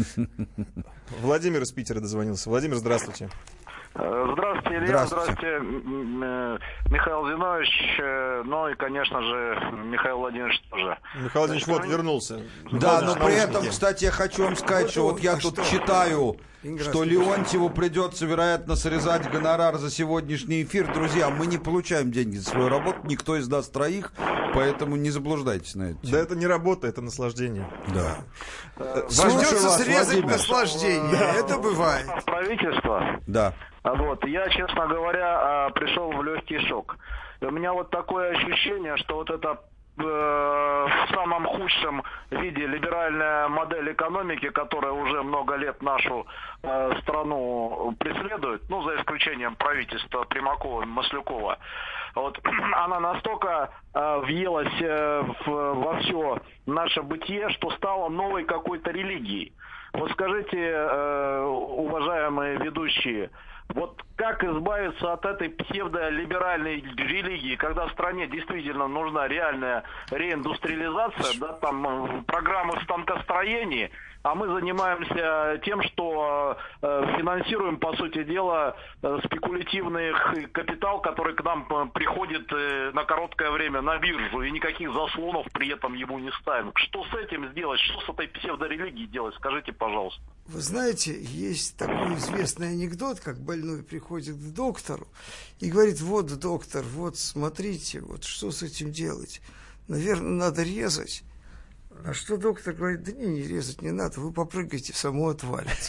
Владимир из Питера дозвонился. Владимир, здравствуйте. Здравствуйте, Илья, здравствуйте, Михаил Зинович, ну и, конечно же, Михаил Владимирович тоже. Михаил Владимирович вот вернулся. Да, но при этом, кстати, я хочу вам сказать, что вот я тут читаю, что Леонтьеву придется, вероятно, срезать гонорар за сегодняшний эфир. Друзья, мы не получаем деньги за свою работу, никто из нас троих, поэтому не заблуждайтесь на это. Да это не работа, это наслаждение. Да. Придется срезать наслаждение, это бывает. Правительство. Да. Вот, я, честно говоря, пришел в легкий шок. И у меня вот такое ощущение, что вот это э, в самом худшем виде либеральная модель экономики, которая уже много лет нашу э, страну преследует, ну, за исключением правительства Примакова и Маслюкова, вот, она настолько э, въелась э, в, во все наше бытие, что стала новой какой-то религией. Вот скажите, э, уважаемые ведущие, вот как избавиться от этой псевдолиберальной религии, когда в стране действительно нужна реальная реиндустриализация, да, там программы станкостроения, а мы занимаемся тем, что э, финансируем, по сути дела, э, спекулятивный капитал, который к нам э, приходит э, на короткое время на биржу, и никаких заслонов при этом ему не ставим. Что с этим сделать? Что с этой псевдорелигией делать? Скажите, пожалуйста. Вы знаете, есть такой известный анекдот, как больной приходит к доктору и говорит: вот, доктор, вот, смотрите, вот что с этим делать? Наверное, надо резать. А что доктор говорит: да не, не резать не надо, вы попрыгайте, само отвалится.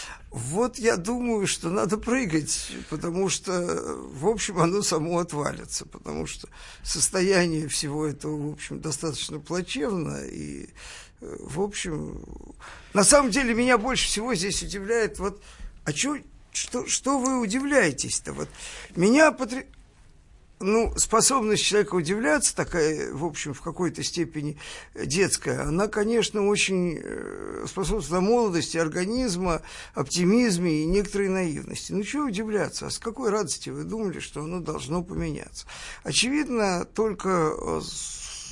Вот я думаю, что надо прыгать, потому что, в общем, оно само отвалится, потому что состояние всего этого, в общем, достаточно плачевно, и, в общем, на самом деле меня больше всего здесь удивляет, вот, а чё, что, что вы удивляетесь-то? Вот, меня потр... Ну, способность человека удивляться, такая, в общем, в какой-то степени детская, она, конечно, очень способствует молодости организма, оптимизме и некоторой наивности. Ну, чего удивляться? А с какой радости вы думали, что оно должно поменяться? Очевидно, только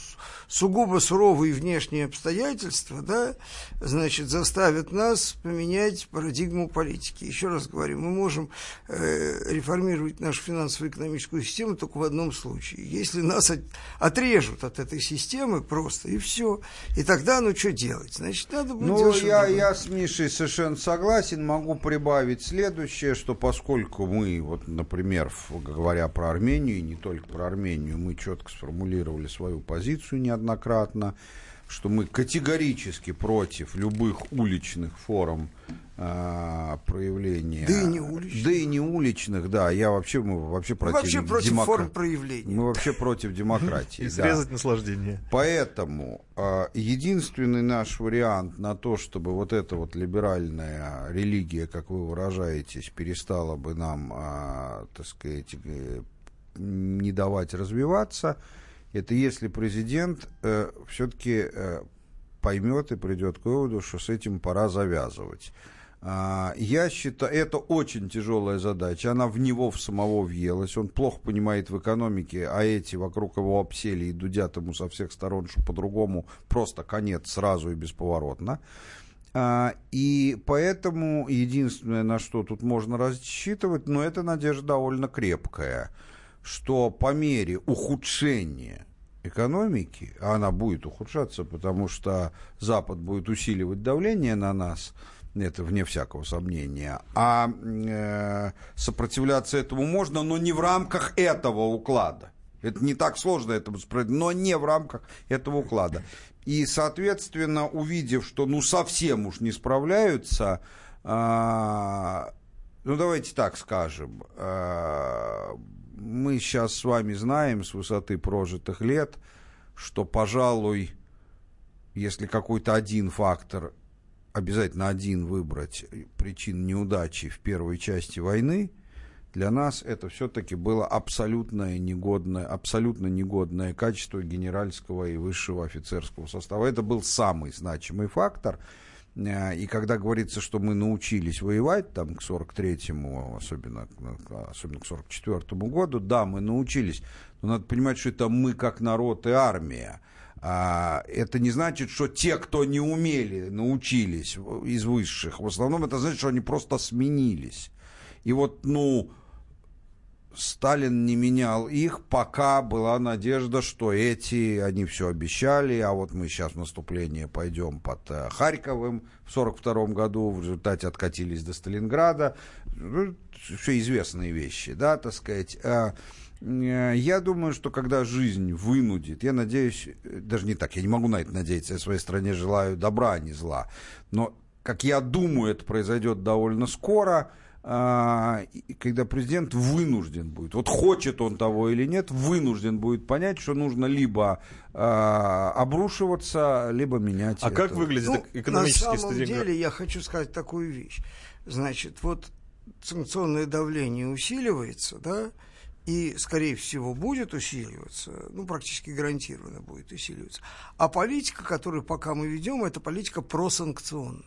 сугубо суровые внешние обстоятельства, да, значит, заставят нас поменять парадигму политики. Еще раз говорю, мы можем э, реформировать нашу финансово-экономическую систему только в одном случае. Если нас от, отрежут от этой системы просто, и все. И тогда, ну, что делать? Значит, надо будет Ну, делать, я, что-то. я с Мишей совершенно согласен. Могу прибавить следующее, что поскольку мы, вот, например, говоря про Армению, и не только про Армению, мы четко сформулировали свою позицию неоднократно, что мы категорически против любых уличных форм э, проявления. Да и не уличных. Да и не уличных, да. Я вообще, мы вообще Мы против, вообще против демокра... форм проявления. Мы вообще против демократии. И срезать наслаждение. Поэтому э, единственный наш вариант на то, чтобы вот эта вот либеральная религия, как вы выражаетесь, перестала бы нам, э, так сказать, э, не давать развиваться, это если президент э, все-таки э, поймет и придет к выводу, что с этим пора завязывать. А, я считаю, это очень тяжелая задача, она в него в самого въелась, он плохо понимает в экономике, а эти вокруг его обсели и дудят ему со всех сторон, что по-другому просто конец сразу и бесповоротно. А, и поэтому единственное, на что тут можно рассчитывать, но это надежда довольно крепкая, что по мере ухудшения экономики, а она будет ухудшаться, потому что Запад будет усиливать давление на нас, это вне всякого сомнения, а э, сопротивляться этому можно, но не в рамках этого уклада. Это не так сложно, это, но не в рамках этого уклада. И, соответственно, увидев, что ну совсем уж не справляются, э, ну давайте так скажем, э, мы сейчас с вами знаем с высоты прожитых лет, что, пожалуй, если какой-то один фактор, обязательно один выбрать причин неудачи в первой части войны, для нас это все-таки было абсолютно негодное, абсолютно негодное качество генеральского и высшего офицерского состава. Это был самый значимый фактор. И когда говорится, что мы научились воевать там, к сорок третьему, особенно, особенно к сорок четвёртому году, да, мы научились, но надо понимать, что это мы как народ и армия. Это не значит, что те, кто не умели, научились из высших. В основном это значит, что они просто сменились. И вот, ну, Сталин не менял их, пока была надежда, что эти, они все обещали, а вот мы сейчас в наступление пойдем под Харьковым в сорок втором году, в результате откатились до Сталинграда. Ну, все известные вещи, да, так сказать. Я думаю, что когда жизнь вынудит, я надеюсь, даже не так, я не могу на это надеяться, я своей стране желаю добра, а не зла, но, как я думаю, это произойдет довольно скоро, когда президент вынужден будет, вот хочет он того или нет, вынужден будет понять, что нужно либо а, обрушиваться, либо менять. А это. Как выглядит ну, экономический На самом стратегия? деле я хочу сказать такую вещь. Значит, вот санкционное давление усиливается, да, и, скорее всего, будет усиливаться, ну, практически гарантированно будет усиливаться. А политика, которую пока мы ведем, это политика просанкционная.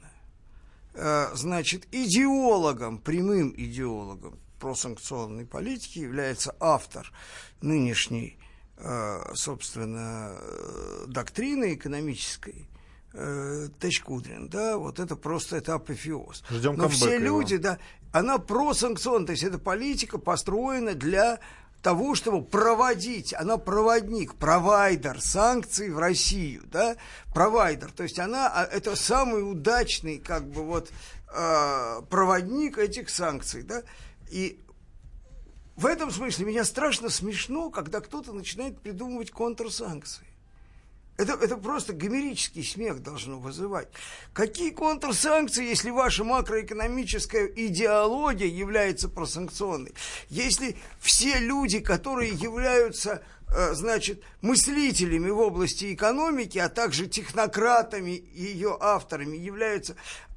Значит, идеологом, прямым идеологом просанкционной политики является автор нынешней, собственно, доктрины экономической, Тачкудрин, да, вот это просто это апофеоз. Ждем Но все его. люди, да, она просанкционная, то есть эта политика построена для того, чтобы проводить, она проводник, провайдер санкций в Россию, да, провайдер, то есть она, это самый удачный, как бы, вот, э, проводник этих санкций, да, и в этом смысле меня страшно смешно, когда кто-то начинает придумывать контрсанкции. Это, это просто гомерический смех должно вызывать. Какие контрсанкции, если ваша макроэкономическая идеология является просанкционной? Если все люди, которые являются, э, значит, мыслителями в области экономики, а также технократами и ее авторами, являются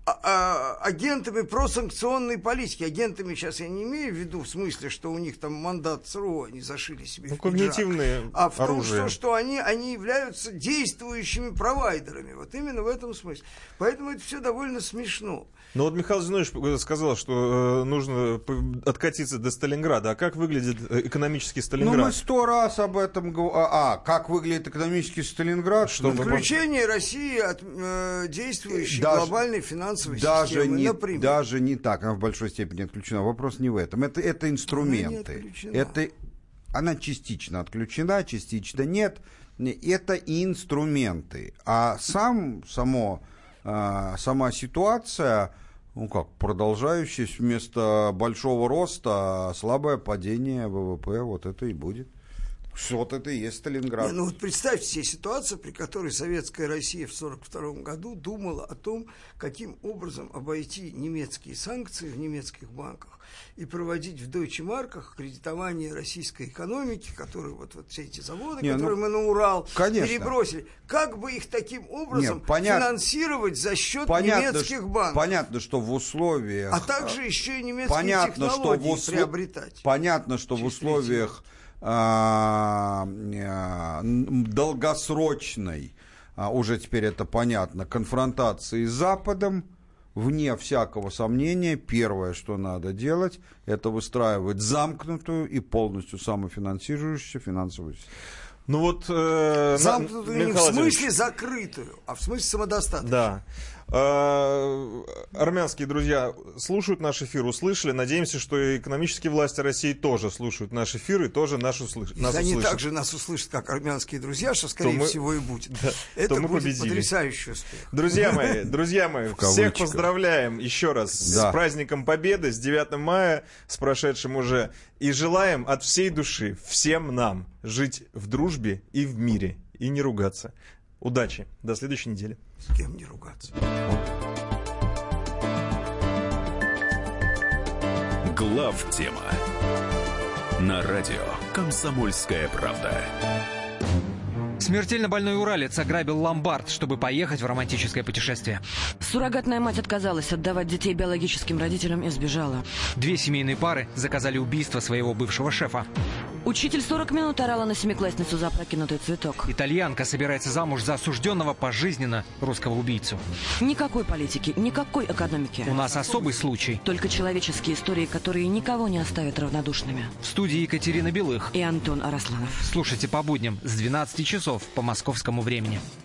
агентами просанкционной политики. Агентами сейчас я не имею в виду в смысле, что у них там мандат ЦРУ, они зашили себе ну, в пиджак. Когнитивные а в том, оружие. что, что они, они являются действующими провайдерами. Вот именно в этом смысле. Поэтому это все довольно смешно. Ну вот Михаил Зиновьевич сказал, что э, нужно откатиться до Сталинграда. А как выглядит экономический Сталинград? Ну мы сто раз об этом говорим. А, а, как выглядит экономический Сталинград? Чтобы... Отключение России от э, действующей даже, глобальной финансовой даже системы, не, например. Даже не так, она в большой степени отключена. Вопрос не в этом. Это, это инструменты. Это, она частично отключена, частично нет. Это инструменты. А сам, само, а, сама ситуация... Ну как, продолжающееся вместо большого роста слабое падение ВВП, вот это и будет. Вот это и есть Сталинград. Не, ну вот представьте себе ситуацию, при которой советская Россия в сорок втором году думала о том, каким образом обойти немецкие санкции в немецких банках и проводить в дойче-марках кредитование российской экономики, которые вот, вот все эти заводы, не, которые ну, мы на Урал конечно. перебросили. Как бы их таким образом не, понят... финансировать за счет понятно, немецких банков? Понятно, что в условиях... А также еще и немецкие понятно, технологии что в усл... приобретать. Понятно, что в условиях а, а, долгосрочной, а, уже теперь это понятно, конфронтации с Западом, вне всякого сомнения, первое, что надо делать, это выстраивать замкнутую и полностью самофинансирующуюся финансовую систему. Ну вот, э, замкнутую на, не в смысле закрытую, а в смысле самодостаточную. Да. Э, армянские друзья слушают наш эфир, услышали. Надеемся, что и экономические власти России тоже слушают наш эфир и тоже нас, услыш... нас они услышат. Они также нас услышат, как армянские друзья, что, скорее мы... всего, и будет. Да, это мы будет победили. Потрясающий успех. Друзья мои, друзья мои, всех поздравляем еще раз да. с праздником Победы, с девятого мая, с прошедшим уже. И желаем от всей души всем нам жить в дружбе и в мире, и не ругаться. Удачи. До следующей недели. С кем не ругаться? Главтема на радио «Комсомольская правда». Смертельно больной уралец ограбил ломбард, чтобы поехать в романтическое путешествие. Суррогатная мать отказалась отдавать детей биологическим родителям и сбежала. Две семейные пары заказали убийство своего бывшего шефа. Учитель сорок минут орала на семиклассницу за опрокинутый цветок. Итальянка собирается замуж за осужденного пожизненно русского убийцу. Никакой политики, никакой экономики. У нас особый случай. Только человеческие истории, которые никого не оставят равнодушными. В студии Екатерина Белых и Антон Арасланов. Слушайте по будням с двенадцати часов по московскому времени.